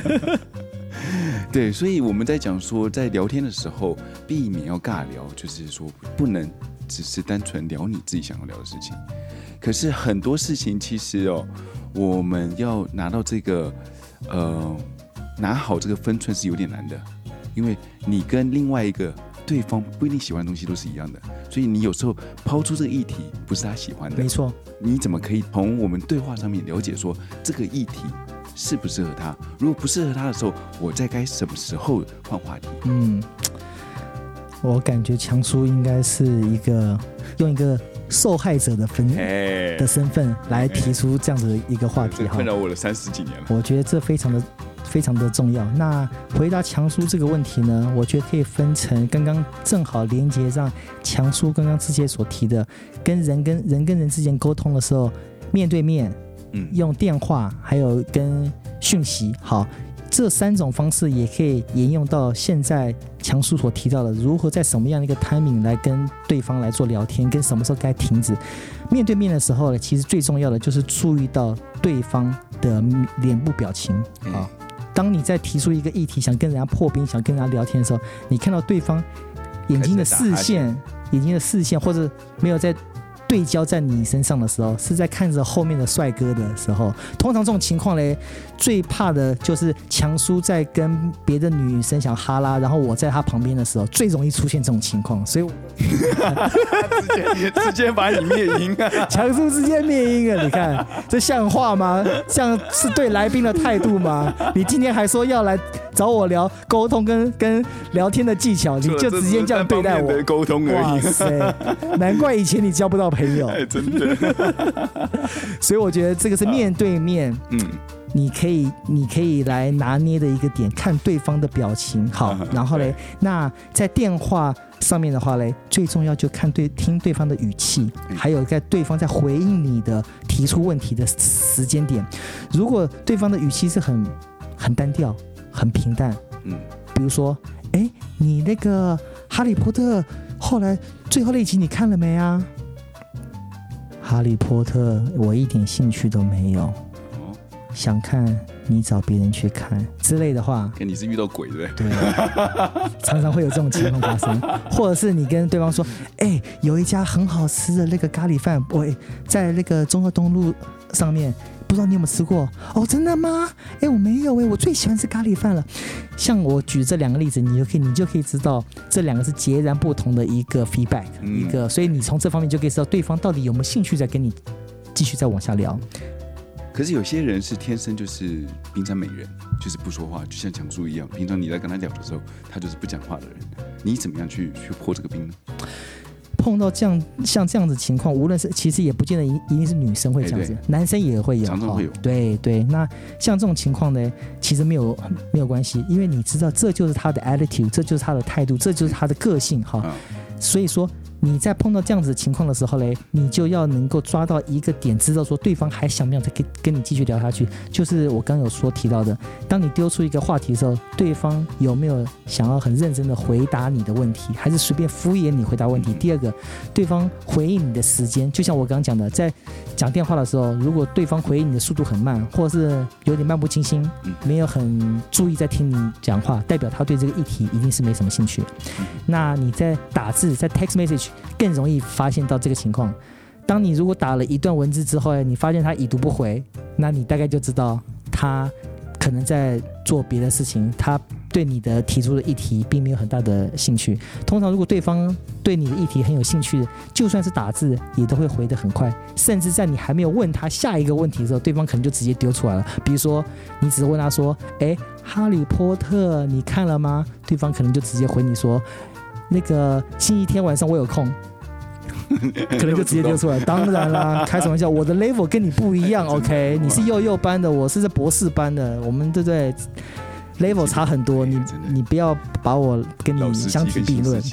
对，所以我们在讲说，在聊天的时候，避免要尬聊，就是说不能只是单纯聊你自己想要聊的事情。可是很多事情其实哦，我们要拿到这个呃拿好这个分寸是有点难的，因为你跟另外一个对方不一定喜欢的东西都是一样的，所以你有时候抛出这个议题不是他喜欢的， 没错。 你怎么可以从我们对话上面了解说这个议题适不适合他？如果不适合他的时候，我在该什么时候换话题？ 嗯，我感觉强叔应该是一个用一个受害者的分的身份来提出这样子的一个话题， 这困扰我了三十几年了。 我觉得这非常的非常的重要。那回答强叔这个问题呢，我觉得可以分成刚刚正好连接上强叔刚刚之前所提的，跟人跟人跟人之间沟通的时候，面对面，嗯，用电话，还有跟讯息，好，这三种方式也可以沿用到现在强叔所提到的，如何在什么样的一个 timing 来跟对方来做聊天，跟什么时候该停止。面对面的时候呢，其实最重要的就是注意到对方的脸部表情，好。当你在提出一个议题，想跟人家破冰，想跟人家聊天的时候，你看到对方眼睛的视线，眼睛的视线，或者没有在对焦在你身上的时候，是在看着后面的帅哥的时候，通常这种情况嘞，最怕的就是强叔在跟别的女生想哈拉，然后我在他旁边的时候，最容易出现这种情况，所以直接直接把你灭音啊！ 强叔直接灭音啊！你看这像话吗？这样是对来宾的态度吗？你今天还说要来找我聊沟通跟跟聊天的技巧，你就直接这样对待我？ 沟通而已。哇塞，难怪以前你交不到朋友。 哎，真的。 所以我觉得这个是面对面，嗯，你可以你可以来拿捏的一个点，看对方的表情，好，然后嘞，那在电话上面的话嘞，最重要就看对听对方的语气，还有在对方在回应你的提出问题的时间点。如果对方的语气是很很单调、很平淡，嗯，比如说，哎，你那个《哈利波特》后来最后那一集你看了没啊？哈利波特我一点兴趣都没有，想看你找别人去看之类的话， 你是遇到鬼对不对？对，常常会有这种情况发生，或者是你跟对方说，哎、欸，有一家很好吃的那个咖喱饭，我在那个中和东路上面，不知道你有没有吃过？哦，真的吗？哎、欸，我没有哎、欸，我最喜欢吃咖喱饭了。像我举这两个例子，你就可以你就可以知道这两个是截然不同的一个 feedback，、嗯、一个，所以你从这方面就可以知道对方到底有没有兴趣再跟你继续再往下聊。 可是有些人是天生就是冰山美人，就是不说话，就像强叔一样。平常你在跟他聊的时候，他就是不讲话的人。你怎么样去去破这个冰呢？ 碰到这样像这样子情况，无论是其实也不见得一定是女生会这样子，男生也会有， 常常会有。 对对，那像这种情况呢，其实没有没有关系，因为你知道这就是他的 attitude， 这就是他的态度，这就是他的个性哈。嗯、所以说。你在碰到这样子的情况的时候嘞，你就要能够抓到一个点，知道说对方还想不想再跟跟你继续聊下去。就是我刚刚有说提到的，当你丢出一个话题的时候，对方有没有想要很认真的回答你的问题，还是随便敷衍你回答问题？第二个，对方回应你的时间，就像我刚刚讲的，在讲电话的时候，如果对方回应你的速度很慢，或者是有点漫不经心，没有很注意在听你讲话，代表他对这个议题一定是没什么兴趣。那你在打字，在 text message。更容易发现到这个情况。当你如果打了一段文字之后，你发现他已读不回，那你大概就知道他可能在做别的事情，他对你的提出的议题并没有很大的兴趣。通常如果对方对你的议题很有兴趣，就算是打字也都会回得很快，甚至在你还没有问他下一个问题的时候，对方可能就直接丢出来了。比如说你只是问他说，哎，哈利波特你看了吗？对方可能就直接回你说，那个星期天晚上我有空。可能就直接丢出来。当然啦，开什么玩笑，我的 level 跟你不一样，OK？ 你是幼幼班的，我是在博士班的，我们对不对？level 差很多，你你不要把我跟你相提并论。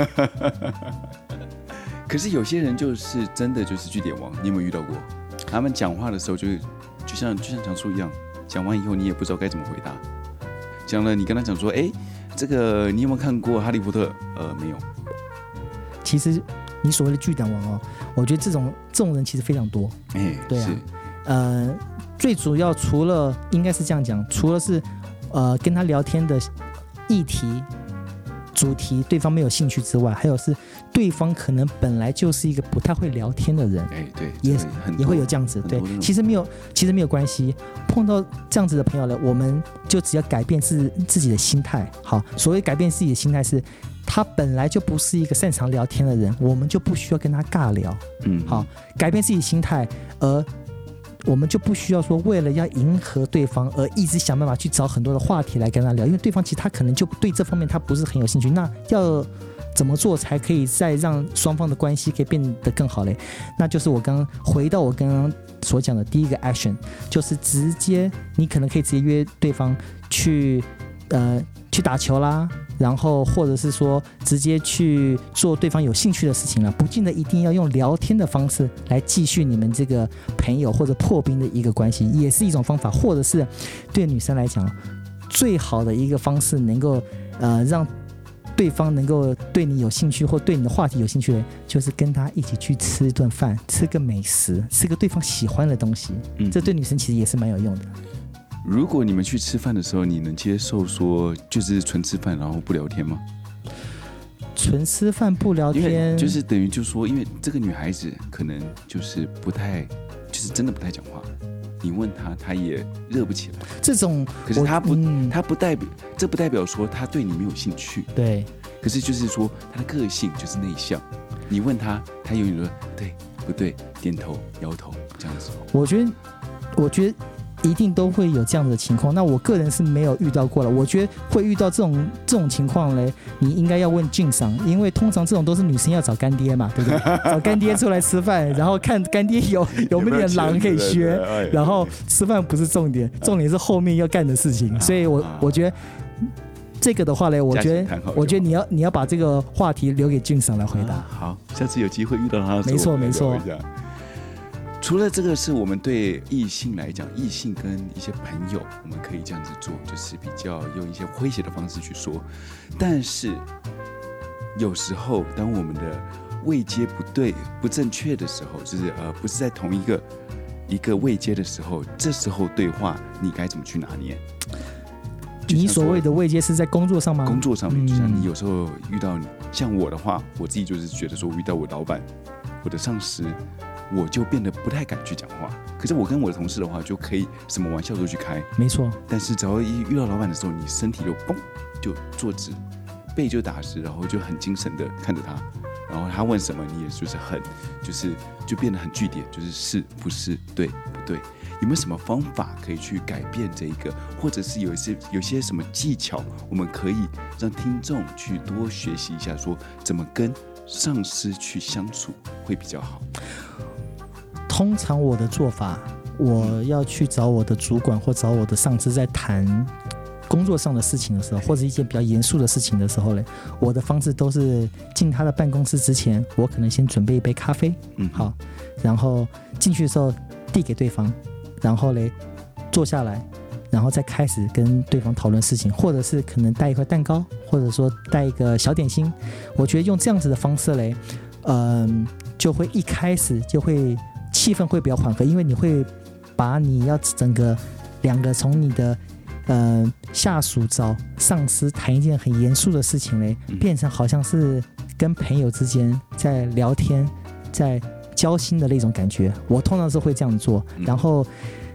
可是有些人就是真的就是句点王，你有没有遇到过？他们讲话的时候就就像就像讲述一样，讲完以后你也不知道该怎么回答。讲了，你跟他讲说，哎，这个你有没有看过《哈利波特》？呃，没有。 其实你所谓的句点王哦，我觉得这种这种人其实非常多。 哎， 对啊，呃，最主要除了应该是这样讲，除了是呃跟他聊天的议题主题对方没有兴趣之外，还有是对方可能本来就是一个不太会聊天的人， 哎，对， 也也会有这样子。对，其实没有，其实没有关系。碰到这样子的朋友呢，我们就只要改变自自己的心态。好，所谓改变自己的心态是，他本来就不是一个擅长聊天的人，我们就不需要跟他尬聊。嗯，好，改变自己心态，而我们就不需要说为了要迎合对方而一直想办法去找很多的话题来跟他聊，因为对方其实他可能就对这方面他不是很有兴趣。那要怎么做才可以再让双方的关系可以变得更好嘞？那就是我刚刚回到我刚刚所讲的第一个 action， 就是直接你可能可以直接约对方去呃去打球啦，然后或者是说直接去做对方有兴趣的事情了，不见得一定要用聊天的方式来继续你们这个朋友或者破冰的一个关系，也是一种方法。或者是对女生来讲，最好的一个方式能够呃让对方能够对你有兴趣或对你的话题有兴趣的，就是跟他一起去吃一顿饭，吃个美食，吃个对方喜欢的东西，嗯，这对女生其实也是蛮有用的。 如果你们去吃饭的时候，你能接受说就是纯吃饭然后不聊天吗？ 纯吃饭不聊天， 就是等于就说，因为这个女孩子可能就是不太，就是真的不太讲话。你问她，她也热不起来。 这种， 可是她不，她、嗯、不代表，这不代表说她对你没有兴趣。 对。 可是就是说，她的个性就是内向。你问她，她永远说对不对，点头摇头这样子。 我觉得，我觉得。一定都会有这样的情况，那我个人是没有遇到过了。我觉得会遇到这种这种情况嘞，你应该要问俊赏，因为通常这种都是女生要找干爹嘛，对不对？找干爹出来吃饭，然后看干爹有有没有点狼可以削，然后吃饭不是重点，重点是后面要干的事情。所以我我觉得这个的话嘞，我觉得我觉得你要你要把这个话题留给俊赏来回答。 啊、好，下次有机会遇到他的时候， 没错没错。 除了这个是我们对异性来讲，异性跟一些朋友，我们可以这样子做，就是比较用一些诙谐的方式去说。但是有时候，当我们的位阶不对、不正确的时候，就是呃，不是在同一个一个位阶的时候，这时候对话你该怎么去拿捏？ 你所谓的位阶是在工作上吗？ 工作上面，就像你有时候遇到你，像我的话，我自己就是觉得说，我遇到我老板、我的上司。我就变得不太敢去讲话，可是我跟我的同事的话，就可以什么玩笑都去开， 没错。 但是只要一遇到老板的时候，你身体就嘣就坐直，背就打直，然后就很精神的看着他，然后他问什么，你也就是很就是就变得很据点，就是是不是对不对？有没有什么方法可以去改变这一个，或者是有一些有些什么技巧，我们可以让听众去多学习一下，说怎么跟上司去相处会比较好？ 通常我的做法，我要去找我的主管或找我的上司在谈工作上的事情的时候，或者一件比较严肃的事情的时候呢，我的方式都是进他的办公室之前，我可能先准备一杯咖啡，嗯，好，然后进去的时候递给对方，然后呢坐下来，然后再开始跟对方讨论事情，或者是可能带一块蛋糕，或者说带一个小点心。我觉得用这样子的方式嘞，嗯、呃，就会一开始就会气氛会比较缓和，因为你会把你要整个两个从你的呃下属找上司谈一件很严肃的事情嘞，变成好像是跟朋友之间在聊天，在交心的那种感觉。我通常是会这样做，然后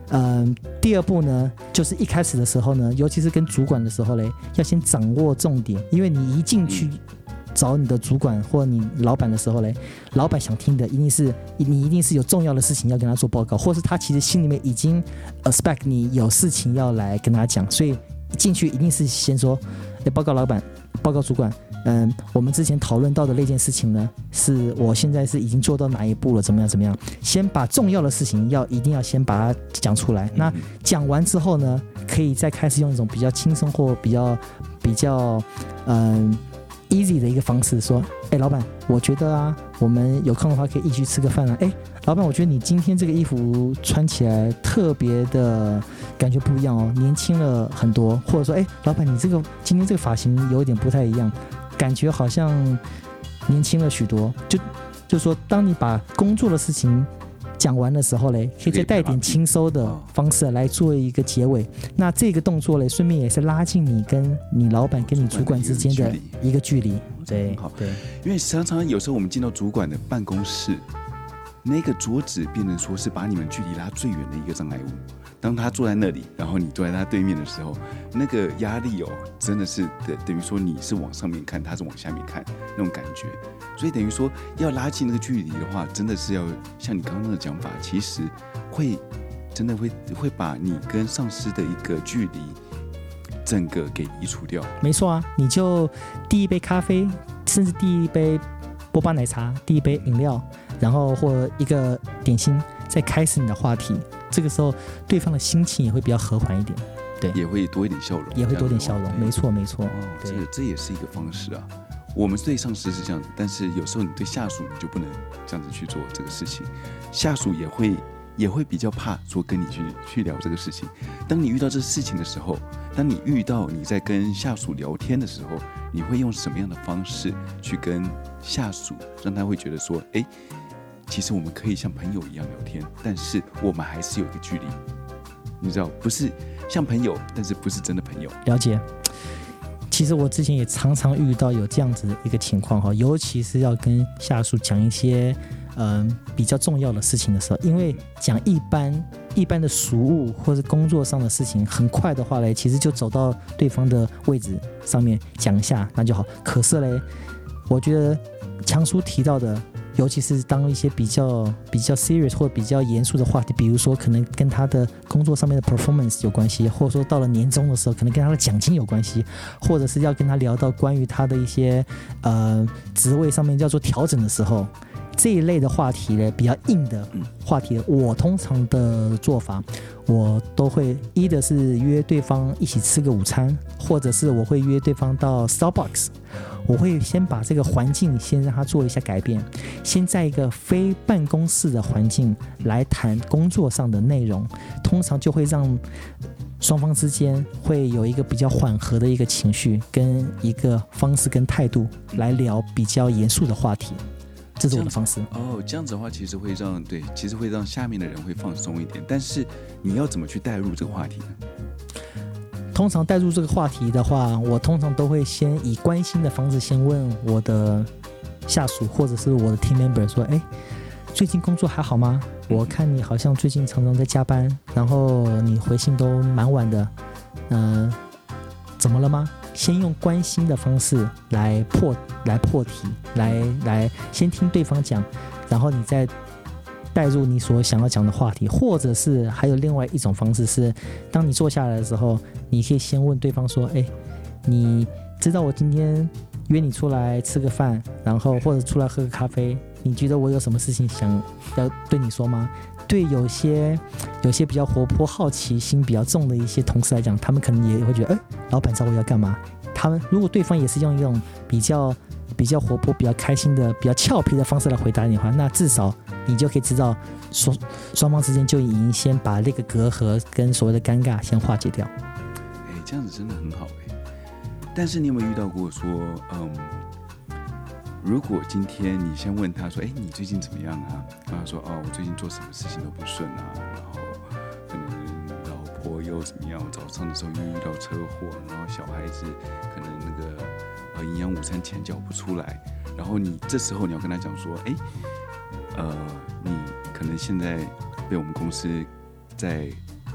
嗯，第二步呢，就是一开始的时候呢，尤其是跟主管的时候嘞，要先掌握重点，因为你一进去找你的主管或你老板的时候嘞，老板想听的一定是你一定是有重要的事情要跟他做报告，或是他其实心里面已经 expect 你有事情要来跟他讲，所以进去一定是先说，哎，报告老板，报告主管。嗯，我们之前讨论到的那件事情呢，是我现在是已经做到哪一步了？怎么样？怎么样？先把重要的事情要一定要先把它讲出来。那讲完之后呢，可以再开始用一种比较轻松或比较比较嗯 easy 的一个方式说，哎，老板，我觉得啊，我们有空的话可以一起去吃个饭啊。哎，老板，我觉得你今天这个衣服穿起来特别的感觉不一样哦，年轻了很多。或者说，哎，老板，你这个今天这个发型有一点不太一样。感觉好像年轻了许多，就就说，当你把工作的事情讲完的时候嘞，可以再带点轻松的方式来做一个结尾。那这个动作嘞，顺便也是拉近你跟你老板、跟你主管之间的一个距离。对， 好， 对， 因为常常有时候我们进到主管的办公室，那个桌子变成说是把你们距离拉最远的一个障碍物。当他坐在那里，然后你坐在他对面的时候，那个压力哦，真的是等于说你是往上面看，他是往下面看那种感觉。所以等于说要拉近那个距离的话，真的是要像你刚刚的讲法，其实会真的会会把你跟上司的一个距离整个给移除掉。 没错啊，你就第一杯咖啡，甚至第一杯波霸奶茶，第一杯饮料，然后或一个点心，再开始你的话题。这个时候，对方的心情也会比较和缓一点，对， 也会多一点笑容， 也会多点笑容，没错没错。哦， 这个这也是一个方式啊。我们对上司是这样子，但是有时候你对下属你就不能这样子去做这个事情，下属也会也会比较怕说跟你去去聊这个事情。当你遇到这事情的时候，当你遇到你在跟下属聊天的时候，你会用什么样的方式去跟下属，让他会觉得说，哎，其实我们可以像朋友一样聊天，但是我们还是有一个距离，你知道，不是像朋友，但是不是真的朋友。 了解。其实我之前也常常遇到有这样子的一个情况哈，尤其是要跟下属讲一些嗯、呃、比较重要的事情的时候，因为讲一般一般的俗务或是工作上的事情，很快的话嘞，其实就走到对方的位置上面讲一下那就好。可是嘞，我觉得强叔提到的，尤其是当一些比较比较 serious 或比较严肃的话题，比如说可能跟他的工作上面的 performance 有关系，或者说到了年终的时候，可能跟他的奖金有关系，或者是要跟他聊到关于他的一些呃职位上面要做调整的时候，这一类的话题呢，比较硬的话题，我通常的做法，我都会一的是约对方一起吃个午餐，或者是我会约对方到 Starbucks。我会先把这个环境先让他做一下改变，先在一个非办公室的环境来谈工作上的内容，通常就会让双方之间会有一个比较缓和的一个情绪跟一个方式跟态度来聊比较严肃的话题。这是我的方式。 哦，这样子的话，其实会让对，其实会让下面的人会放松一点。但是你要怎么去带入这个话题呢？ 通常带入这个话题的话，我通常都会先以关心的方式先问我的下属或者是我的 team member 说，哎，最近工作还好吗？我看你好像最近常常在加班，然后你回信都蛮晚的，嗯、呃，怎么了吗？先用关心的方式来破来破题，来来先听对方讲，然后你再带入你所想要讲的话题，或者是还有另外一种方式是，当你坐下来的时候，你可以先问对方说，哎，你知道我今天约你出来吃个饭，然后或者出来喝个咖啡，你觉得我有什么事情想要对你说吗？对有些有些比较活泼、好奇心比较重的一些同事来讲，他们可能也会觉得，哎，老板找我要干嘛？他们如果对方也是用一种比较比较活泼、比较开心的、比较俏皮的方式来回答你的话，那至少你就可以知道双双方之间就已经先把那个隔阂跟所谓的尴尬先化解掉。 哎，这样子真的很好哎。但是你有没有遇到过说，嗯，如果今天你先问他说，哎，你最近怎么样啊？然后他说，哦，我最近做什么事情都不顺啊，然后可能老婆又怎么样，早上的时候又遇到车祸，然后小孩子可能那个呃营养午餐钱缴不出来，然后你这时候你要跟他讲说，哎。呃，你可能现在被我们公司在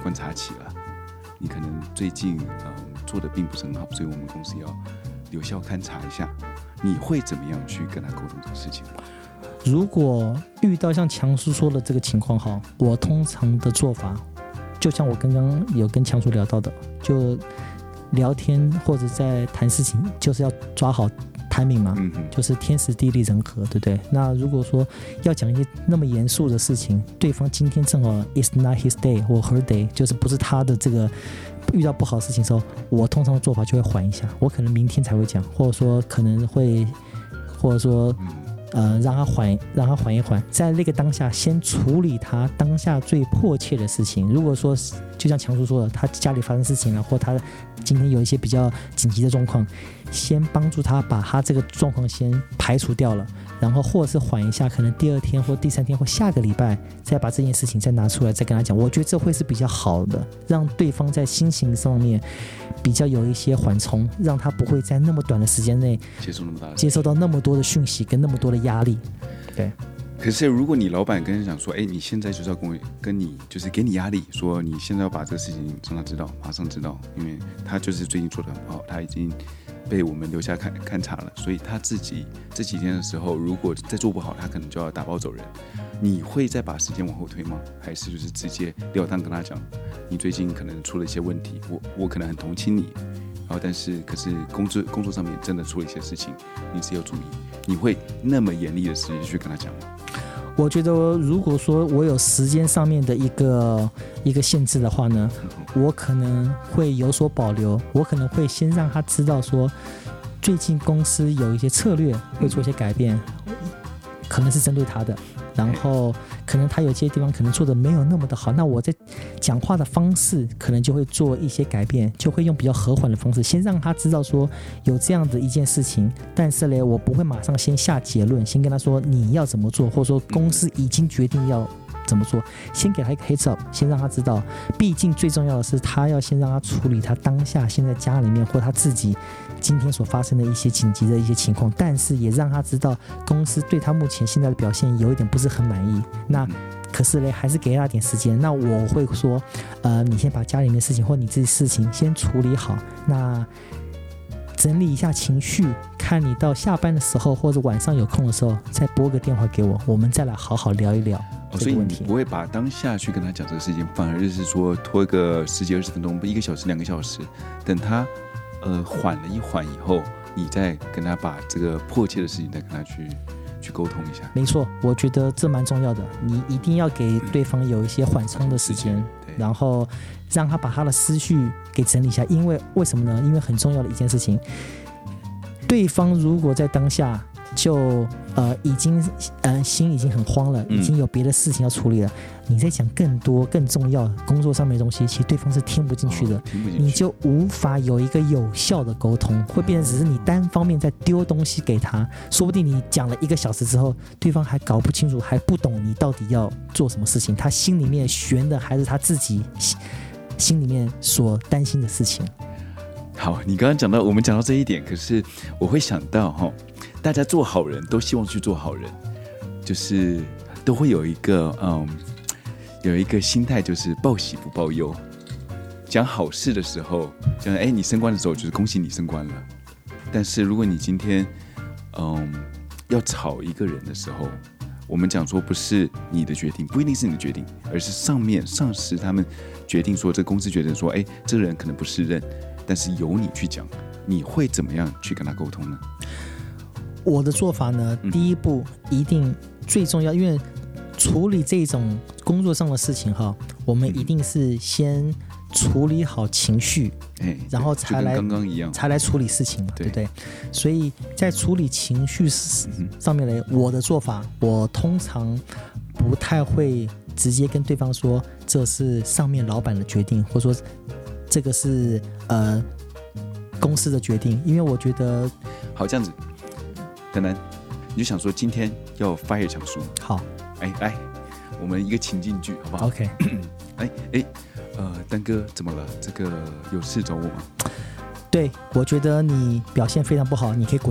观察期了，你可能最近、呃、做的并不是很好，所以我们公司要有效勘察一下，你会怎么样去跟他沟通这个事情？ 如果遇到像强叔说的这个情况哈，我通常的做法，就像我刚刚有跟强叔聊到的，就聊天或者在谈事情，就是要抓好 timing 嘛，嗯、就是天时地利人和，对不对？那如果说要讲一些那么严肃的事情，对方今天正好 is not his day 或 her day， 就是不是他的这个遇到不好的事情的时候，我通常的做法就会缓一下，我可能明天才会讲，或者说可能会，或者说。呃，让他缓，让他缓一缓，在那个当下先处理他当下最迫切的事情。如果说就像强叔说的，他家里发生事情了，或他今天有一些比较紧急的状况，先帮助他把他这个状况先排除掉了，然后或者是缓一下，可能第二天或第三天或下个礼拜再把这件事情再拿出来再跟他讲。我觉得这会是比较好的，让对方在心情上面比较有一些缓冲，让他不会在那么短的时间内接受那么大的接受到那么多的讯息跟那么多的压力。对。 可是如果你老板跟人讲说，哎，你现在就是要跟我跟你就是给你压力，说你现在要把这个事情让他知道，马上知道，因为他就是最近做得很好，他已经被我们留下看勘察了，所以他自己这几天的时候，如果再做不好，他可能就要打包走人。你会再把时间往后推吗？还是就是直接了当跟他讲，你最近可能出了一些问题，我我可能很同情你，然后但是可是工作工作上面真的出了一些事情，你只有注意，你会那么严厉的直接去跟他讲吗？ 我觉得如果说我有时间上面的一个一个限制的话呢，我可能会有所保留，我可能会先让他知道说，最近公司有一些策略会做一些改变，可能是针对他的，然后可能他有些地方可能做的没有那么的好，那我在讲话的方式可能就会做一些改变，就会用比较和缓的方式，先让他知道说有这样的一件事情，但是呢，我不会马上先下结论，先跟他说你要怎么做，或者说公司已经决定要怎么做，先给他一个 heads up， 先让他知道，毕竟最重要的是他要先让他处理他当下现在家里面或他自己今天所发生的一些紧急的一些情况，但是也让他知道公司对他目前现在的表现有一点不是很满意，那可是呢还是给他点时间，那我会说呃，你先把家里面的事情或你自己事情先处理好，那整理一下情绪，看你到下班的时候或者晚上有空的时候再拨个电话给我，我们再来好好聊一聊这个问题。 哦，所以你不会把当下去跟他讲这个事情，反而就是说拖个十几二十分钟，一个小时两个小时，等他呃缓了一缓以后，你再跟他把这个迫切的事情再跟他去去沟通一下。 没错，我觉得这蛮重要的，你一定要给对方有一些缓冲的时间，然后让他把他的思绪给整理一下。因为为什么呢？因为很重要的一件事情，对方如果在当下就呃已经呃心已经很慌了，已经有别的事情要处理了，嗯、你在讲更多更重要工作上面的东西，其实对方是听不进去的，哦、 听不进去， 你就无法有一个有效的沟通，会变成只是你单方面在丢东西给他，说不定你讲了一个小时之后，对方还搞不清楚，还不懂你到底要做什么事情，他心里面悬的还是他自己心里面所担心的事情。 好，你刚刚讲到我们讲到这一点，可是我会想到哈，大家做好人都希望去做好人，就是都会有一个嗯，有一个心态，就是报喜不报忧。讲好事的时候，讲哎你升官的时候，就是恭喜你升官了。但是如果你今天嗯要炒一个人的时候，我们讲说不是你的决定，不一定是你的决定，而是上面上司他们决定说，这个公司决定说，哎这个人可能不适任。但是由你去讲，你会怎么样去跟他沟通呢？ 我的做法呢，嗯、第一步一定最重要，因为处理这种工作上的事情哈，我们一定是先处理好情绪，嗯、然后才来刚刚一样， 才来处理事情嘛，对不对？所以在处理情绪上面呢，我的做法，我通常不太会直接跟对方说这是上面老板的决定，或者说这个是呃公司的决定，因为我觉得好这样子，丹丹，你就想说今天要 fire 强叔， 好， 哎来，我们一个情境剧好不好 ？OK， 哎哎，呃，丹哥怎么了？这个有事找我吗？ 对，我觉得你表现非常不好，你可以滚了。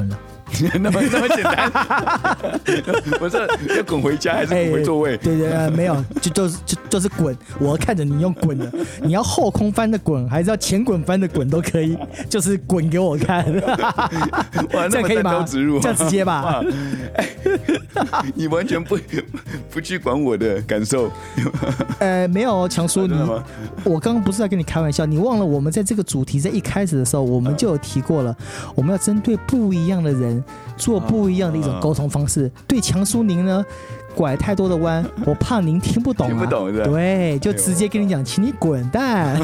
那么那么简单？我说要滚回家还是滚回座位？ 欸、对对、呃，没有，就就是就就是滚。我看着你用滚的，你要后空翻的滚，还是要前滚翻的滚都可以，就是滚给我看。 哇， 这样可以吗？这样直接吧。 欸、你完全不不去管我的感受。 呃，没有，强叔，你我刚刚不是在跟你开玩笑，你忘了我们在这个主题在一开始的时候，我们就有提过了，我们要针对不一样的人做不一样的一种沟通方式。对强叔您呢，拐太多的弯，我怕您听不懂、啊， 听不懂是吧？ 对，就直接跟你讲，请你滚蛋。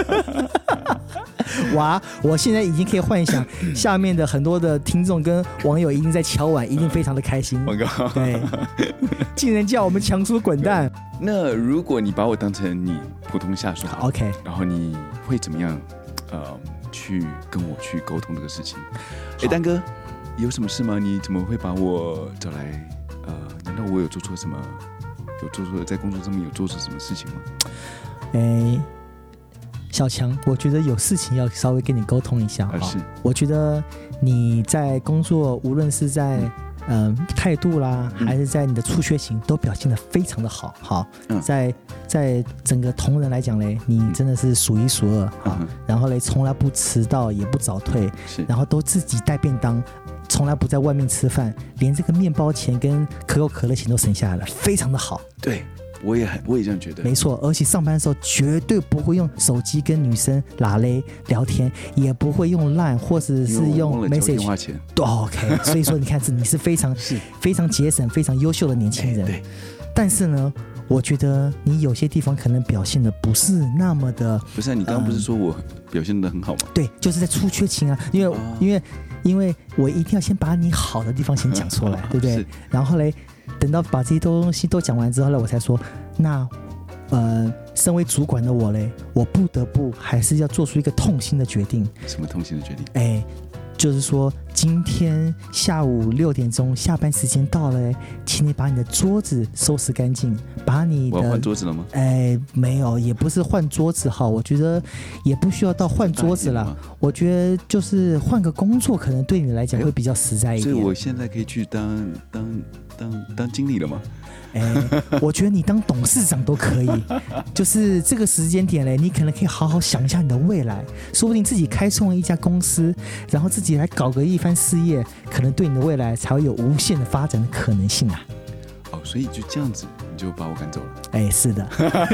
哇！我现在已经可以幻想下面的很多的听众跟网友一定在敲碗，一定非常的开心。对，竟然叫我们强叔滚蛋。 那如果你把我当成你普通下属 ，OK， 然后你会怎么样？呃，去跟我去沟通这个事情。哎，丹哥，有什么事吗？你怎么会把我找来？呃，难道我有做错什么？有做错在工作上面有做错什么事情吗？ 哎。小强，我觉得有事情要稍微跟你沟通一下。 是， 我觉得你在工作，无论是在呃态度啦， 嗯、 还是在你的出缺勤，都表现得非常的好。好，嗯、在在整个同仁来讲嘞，你真的是数一数二。好，嗯、然后嘞，从来不迟到，也不早退，然后都自己带便当。从来不在外面吃饭，连这个面包钱跟可口可乐钱都省下来了，非常的好。 对。我也很，我也这样觉得。 没错，而且上班的时候绝对不会用手机跟女生拉勒聊天，也不会用 Line 或者是用 message。 电话钱。 对 ，OK。所以说，你看，你是非常是非常节省、非常优秀的年轻人。 对。 但是呢，我觉得你有些地方可能表现的不是那么的。 不是、啊，你刚刚不是说我表现的很好吗？ 嗯、对，就是在出缺勤啊，因为、哦、因为因为我一定要先把你好的地方先讲出来，对不对？然后嘞。等到把这些东西都讲完之后呢，我才说，那，呃，身为主管的我嘞，我不得不还是要做出一个痛心的决定。 什么痛心的决定？ 哎，就是说今天下午六点钟下班时间到了，请你把你的桌子收拾干净，把你的我要换桌子了吗？ 哎，没有，也不是换桌子哈，我觉得也不需要到换桌子了。我觉得就是换个工作，可能对你来讲会比较实在一点。 所以我现在可以去当当。当当经理了吗？ 哎，我觉得你当董事长都可以。就是这个时间点嘞，你可能可以好好想一下你的未来，说不定自己开创了一家公司，然后自己来搞个一番事业，可能对你的未来才会有无限的发展的可能性啊。 哦，所以就这样子，你就把我赶走了。 哎，是的。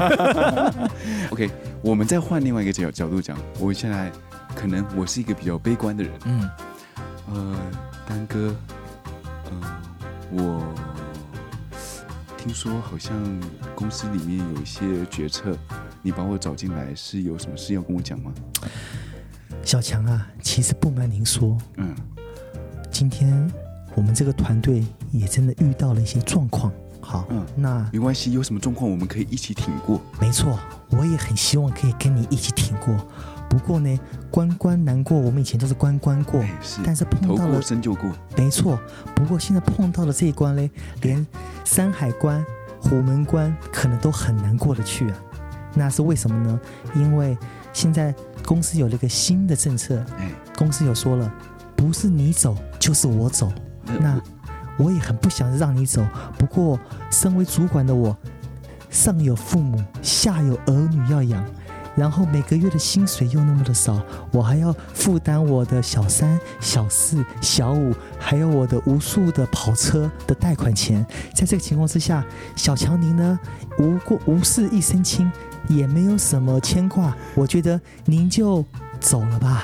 OK， 我们再换另外一个角角度讲，我现在可能我是一个比较悲观的人。嗯。呃，丹哥，呃。我听说好像公司里面有一些决策，你把我找进来是有什么事要跟我讲吗？ 小强啊，其实不瞒您说，嗯，今天我们这个团队也真的遇到了一些状况。好，嗯，那没关系，有什么状况我们可以一起挺过。 没错，我也很希望可以跟你一起挺过。不过呢，关关难过，我们以前都是关关过， 是但是碰到了头过身就过， 没错。不过现在碰到了这一关嘞，连山海关、虎门关可能都很难过得去啊。那是为什么呢？因为现在公司有了一个新的政策，哎，公司有说了，不是你走就是我走。那我也很不想让你走，不过身为主管的我，上有父母，下有儿女要养。然后每个月的薪水又那么的少，我还要负担我的小三、小四、小五，还有我的无数的跑车的贷款钱。在这个情况之下，小强您呢无过无事一身轻，也没有什么牵挂，我觉得您就走了吧。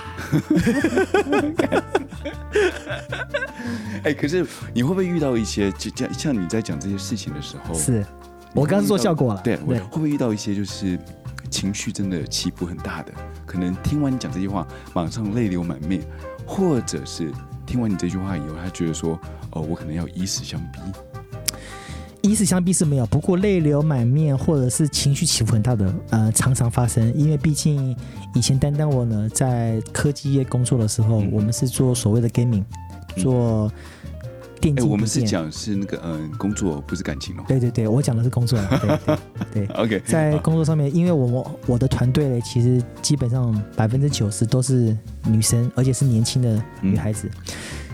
哎，可是你会不会遇到一些，就像你在讲这些事情的时候， 是我刚刚是做效果了， 对，会不会遇到一些就是情绪真的起伏很大的，可能听完你讲这句话马上泪流满面，或者是听完你这句话以后他觉得说，哦，我可能要以死相逼。 以死相逼是没有，不过泪流满面或者是情绪起伏很大的，呃，常常发生。因为毕竟以前丹丹我呢在科技业工作的时候，嗯、我们是做所谓的 gaming， 做电竞、欸。 我们是讲是那个嗯工作，不是感情哦。 对对对，我讲的是工作。对对对。 OK， 在工作上面，因为我我的团队呢，其实基本上百分之九十都是女生，而且是年轻的女孩子。嗯，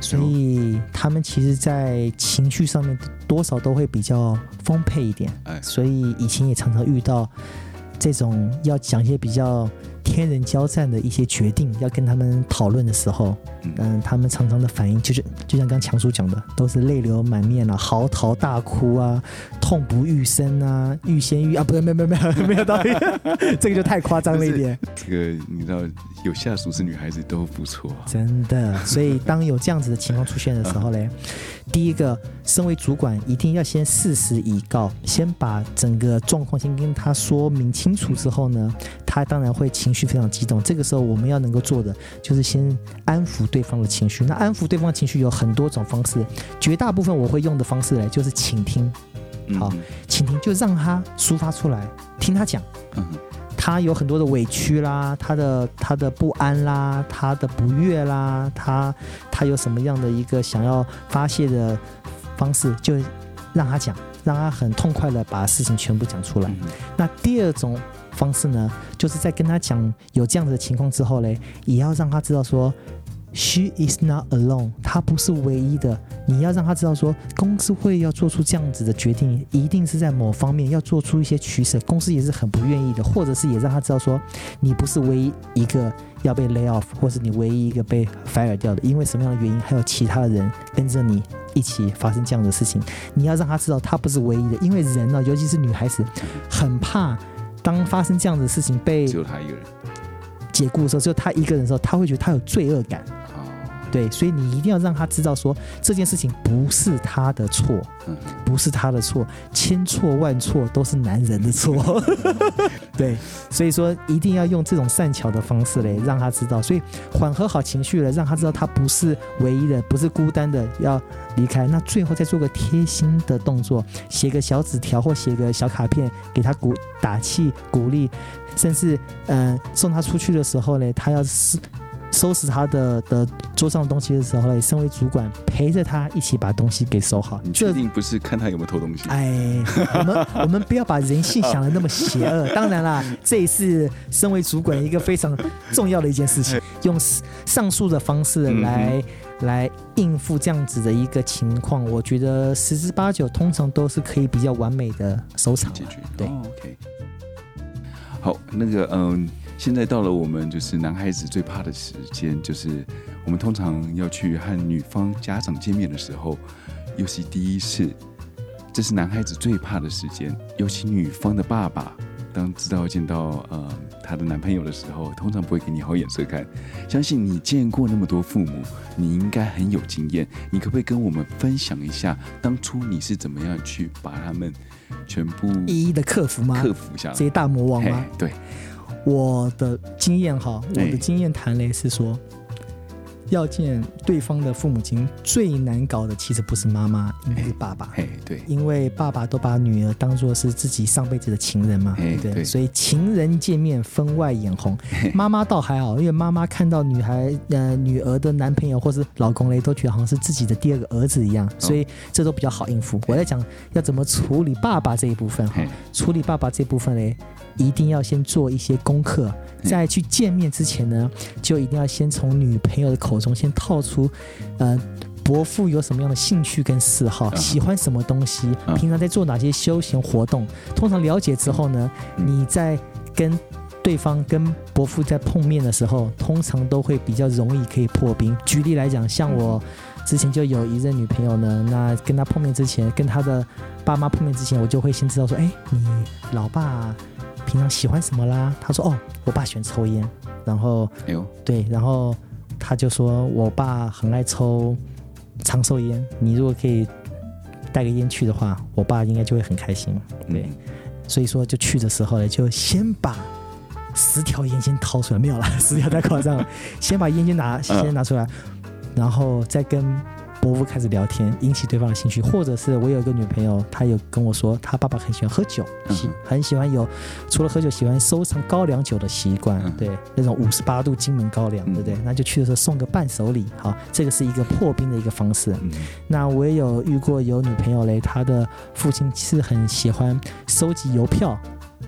所以他们其实在情绪上面多少都会比较丰沛一点， 哎， 所以以前也常常遇到这种要讲一些比较天人交战的一些决定，要跟他们讨论的时候，嗯、呃，他们常常的反应就是就像刚强叔讲的，都是泪流满面啊，嚎啕大哭啊，痛不欲生啊，欲仙欲啊，不是没有没有没有没有道理，这个就太夸张了一点。 这个你知道，有下属是女孩子都不错、啊， 真的。所以当有这样子的情况出现的时候嘞，第一个，身为主管一定要先事实以告，先把整个状况先跟他说明清楚之后呢，他当然会情绪非常激动。这个时候我们要能够做的就是先安抚对方的情绪。那安抚对方的情绪有很多种方式，绝大部分我会用的方式嘞就是倾听。好，倾听就让他抒发出来，听他讲。嗯，他有很多的委屈啦，他的他的不安啦，他的不悦啦，他他有什么样的一个想要发泄的方式，就让他讲，让他很痛快的把事情全部讲出来。嗯、那第二种方式呢，就是在跟他讲有这样的情况之后嘞，也要让他知道说 She is not alone， 她不是唯一的。你要让她知道说，公司会要做出这样子的决定，一定是在某方面要做出一些取舍，公司也是很不愿意的，或者是也让她知道说，你不是唯一一个要被 lay off， 或是你唯一一个被 fire 掉的，因为什么样的原因，还有其他的人跟着你一起发生这样的事情。你要让她知道，她不是唯一的，因为人呢，尤其是女孩子，很怕当发生这样的事情被只有她一个人解雇的时候，只有她一个人的时候，她会觉得她有罪恶感。对，所以你一定要让他知道说，这件事情不是他的错，不是他的错，千错万错都是男人的错。对，所以说一定要用这种善巧的方式来让他知道，所以缓和好情绪了，让他知道他不是唯一的，不是孤单的要离开。那最后再做个贴心的动作，写个小纸条或写个小卡片给他鼓打气鼓励，甚至呃送他出去的时候呢，他要是收拾他的的桌上的东西的时候，身为主管陪着他一起把东西给收好。 你确定不是看他有没有偷东西？ 哎，我们我们不要把人性想得那么邪恶。当然啦，这也是身为主管一个非常重要的一件事情。用上述的方式来、嗯、来应付这样子的一个情况，我觉得十之八九通常都是可以比较完美的收场解决。 对、 哦、，OK。好，那个嗯。现在到了我们就是男孩子最怕的时间，就是我们通常要去和女方家长见面的时候，尤其第一次，这是男孩子最怕的时间。尤其女方的爸爸，当知道见到呃他的男朋友的时候，通常不会给你好眼色看。相信你见过那么多父母，你应该很有经验。你可不可以跟我们分享一下，当初你是怎么样去把他们全部一一的克服吗？ 克服下来， 这些大魔王吗？ 对。 我的经验哈，我的经验谈嘞是说，要见对方的父母亲最难搞的其实不是妈妈，应该是爸爸。 对， 因为爸爸都把女儿当作是自己上辈子的情人嘛，对不对？所以情人见面分外眼红。妈妈倒还好，因为妈妈看到女孩呃女儿的男朋友或是老公嘞，都觉得好像是自己的第二个儿子一样，所以这都比较好应付。我在讲要怎么处理爸爸这一部分哈，处理爸爸这部分嘞。一定要先做一些功课，在去见面之前呢，就一定要先从女朋友的口中先套出，呃，伯父有什么样的兴趣跟嗜好，喜欢什么东西，平常在做哪些休闲活动。通常了解之后呢，你在跟对方跟伯父在碰面的时候，通常都会比较容易可以破冰。举例来讲，像我之前就有一任女朋友呢，那跟她碰面之前，跟她的爸妈碰面之前，我就会先知道说，哎，你老爸平常喜欢什么啦？他说哦，我爸喜欢抽烟，然后，哎呦，对，然后他就说我爸很爱抽长寿烟，你如果可以带个烟去的话，我爸应该就会很开心。对，嗯、所以说就去的时候呢，就先把十条烟先掏出来，没有啦，十条太夸张了，先把烟先拿先拿出来，然后再跟伯父开始聊天，引起对方的兴趣。或者是我有一个女朋友，她有跟我说，她爸爸很喜欢喝酒，嗯、很喜欢有除了喝酒，喜欢收藏高粱酒的习惯。嗯、对，那种五十八度金门高粱，嗯、对不对？那就去的时候送个伴手礼，好，这个是一个破冰的一个方式。嗯、那我也有遇过有女朋友嘞，她的父亲是很喜欢收集邮票。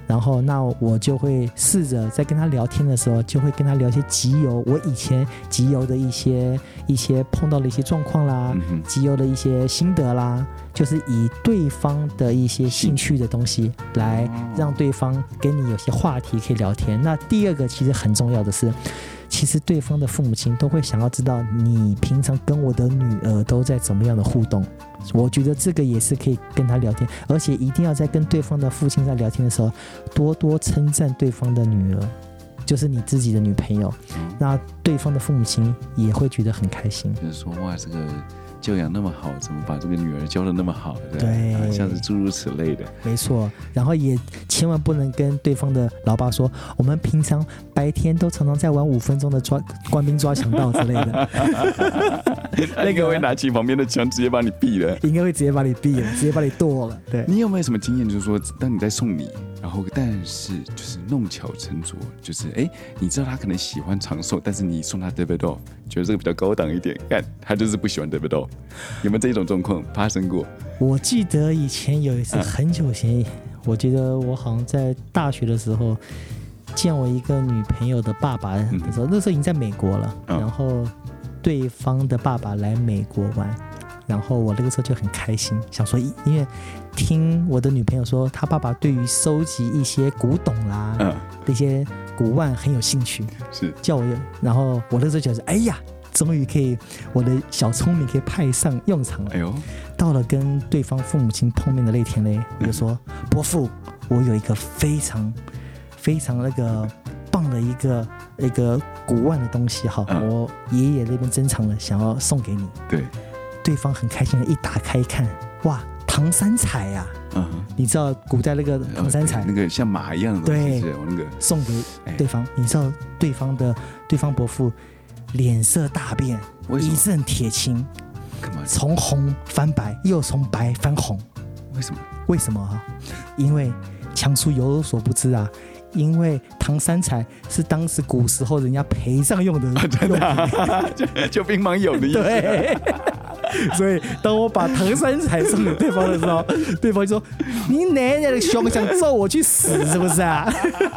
然后那我就会试着在跟他聊天的时候，就会跟他聊一些集邮，我以前集邮的一些一些碰到的一些状况啦， 嗯集邮的一些心得啦，就是以对方的一些兴趣的东西来让对方跟你有些话题可以聊天。那第二个其实很重要的是，其实对方的父母亲都会想要知道你平常跟我的女儿都在怎么样的互动，我觉得这个也是可以跟他聊天，而且一定要在跟对方的父亲在聊天的时候多多称赞对方的女儿，就是你自己的女朋友， 嗯、 那对方的父母亲也会觉得很开心， 就是说哇，这个教养那么好，怎么把这个女儿教得那么好？对， 对啊、像是诸如此类的， 没错。然后也千万不能跟对方的老爸说，我们平常白天都常常在玩五分钟的抓官兵抓强盗之类的， 那个会拿起旁边的枪直接把你毙了， 应该会直接把你毙了，直接把你剁了。对， 你有没有什么经验，就是说，当你在送礼，然后但是就是弄巧成拙，就是哎，你知道他可能喜欢长寿，但是你送他 Davidoff， 觉得这个比较高档一点，干他就是不喜欢 Davidoff， 有没有这种状况发生过？ 我记得以前有一次很久前，嗯、我记得我好像在大学的时候见我一个女朋友的爸爸的时候，嗯、那时候已经在美国了，嗯、然后对方的爸爸来美国玩，然后我那个时候就很开心，想说，因为听我的女朋友说，她爸爸对于收集一些古董啦，嗯、那些古玩很有兴趣， 是叫我，然后我那时候觉得，哎呀。终于可以，我的小聪明可以派上用场了。哎呦，到了跟对方父母亲碰面的那天呢，我就说：“伯父，我有一个非常非常那个棒的一个一个古玩的东西哈，嗯、我爷爷那边珍藏了，想要送给你。” 对， 对方很开心的一打开一看，哇，唐三彩呀、啊！嗯，你知道古代那个唐三彩， 那个像马一样的东西，对，那个送给对方，你知道对方的对方伯父。脸色大变，一阵铁青，从红翻白，又从白翻红。 为什么？ 为什么啊？因为强叔有所不知啊，因为唐三彩是当时古时候人家陪葬用的， 啊、真的、啊，就就兵马俑的意思。 对。所以当我把唐三彩送给对方的时候，对方就说：“你奶奶的熊想揍我去死是不是啊？”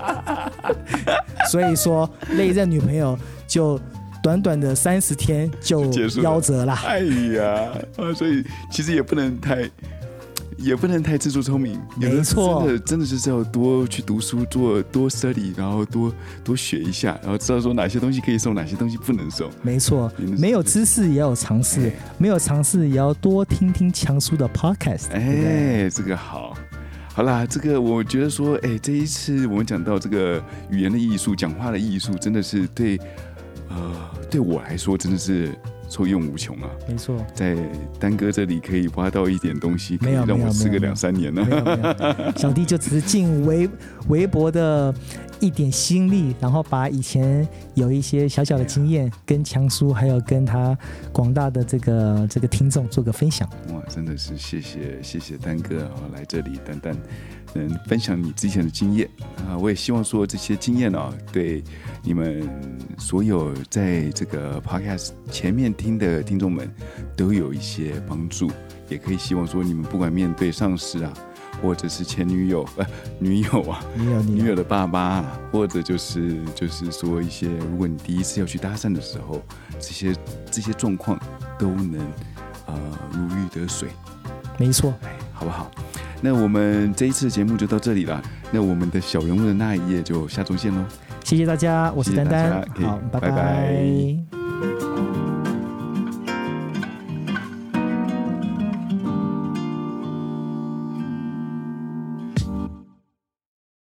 所以说那一任女朋友就。短短的三十天就夭折了。 哎呀，啊，所以其实也不能太，也不能太自作聪明。 没错， 真的真的就是要多去读书，做多 study， 然后多多学一下，然后知道说哪些东西可以送，哪些东西不能送。 没错，没有知识也要有尝试，哎、没有尝试也要多听听强叔的 podcast。 哎，这个好。好啦，这个我觉得说，哎，这一次我们讲到这个语言的艺术、讲话的艺术，真的是对。呃，对我来说真的是受用无穷啊！ 没错， 在丹哥这里可以挖到一点东西，可以让我吃个两三年呢。 没有没有，小弟就只是尽微微薄的一点心力，然后把以前有一些小小的经验跟强叔，还有跟他广大的这个这个听众做个分享。 哇，真的是谢谢谢谢丹哥啊，来这里丹丹能分享你之前的经验啊，我也希望说这些经验啊，对你们所有在这个 podcast 前面听的听众们都有一些帮助，也可以希望说你们不管面对上司啊，或者是前女友呃女友啊， 女友女友的爸爸、啊，或者就是就是说一些，如果你第一次要去搭讪的时候，这些这些状况都能呃如鱼得水。 没错， 好不好？那我们这一次的节目就到这里了。那我们的小人物的那一页就下周见喽。 谢谢大家，我是丹丹， 好，拜拜。拜拜。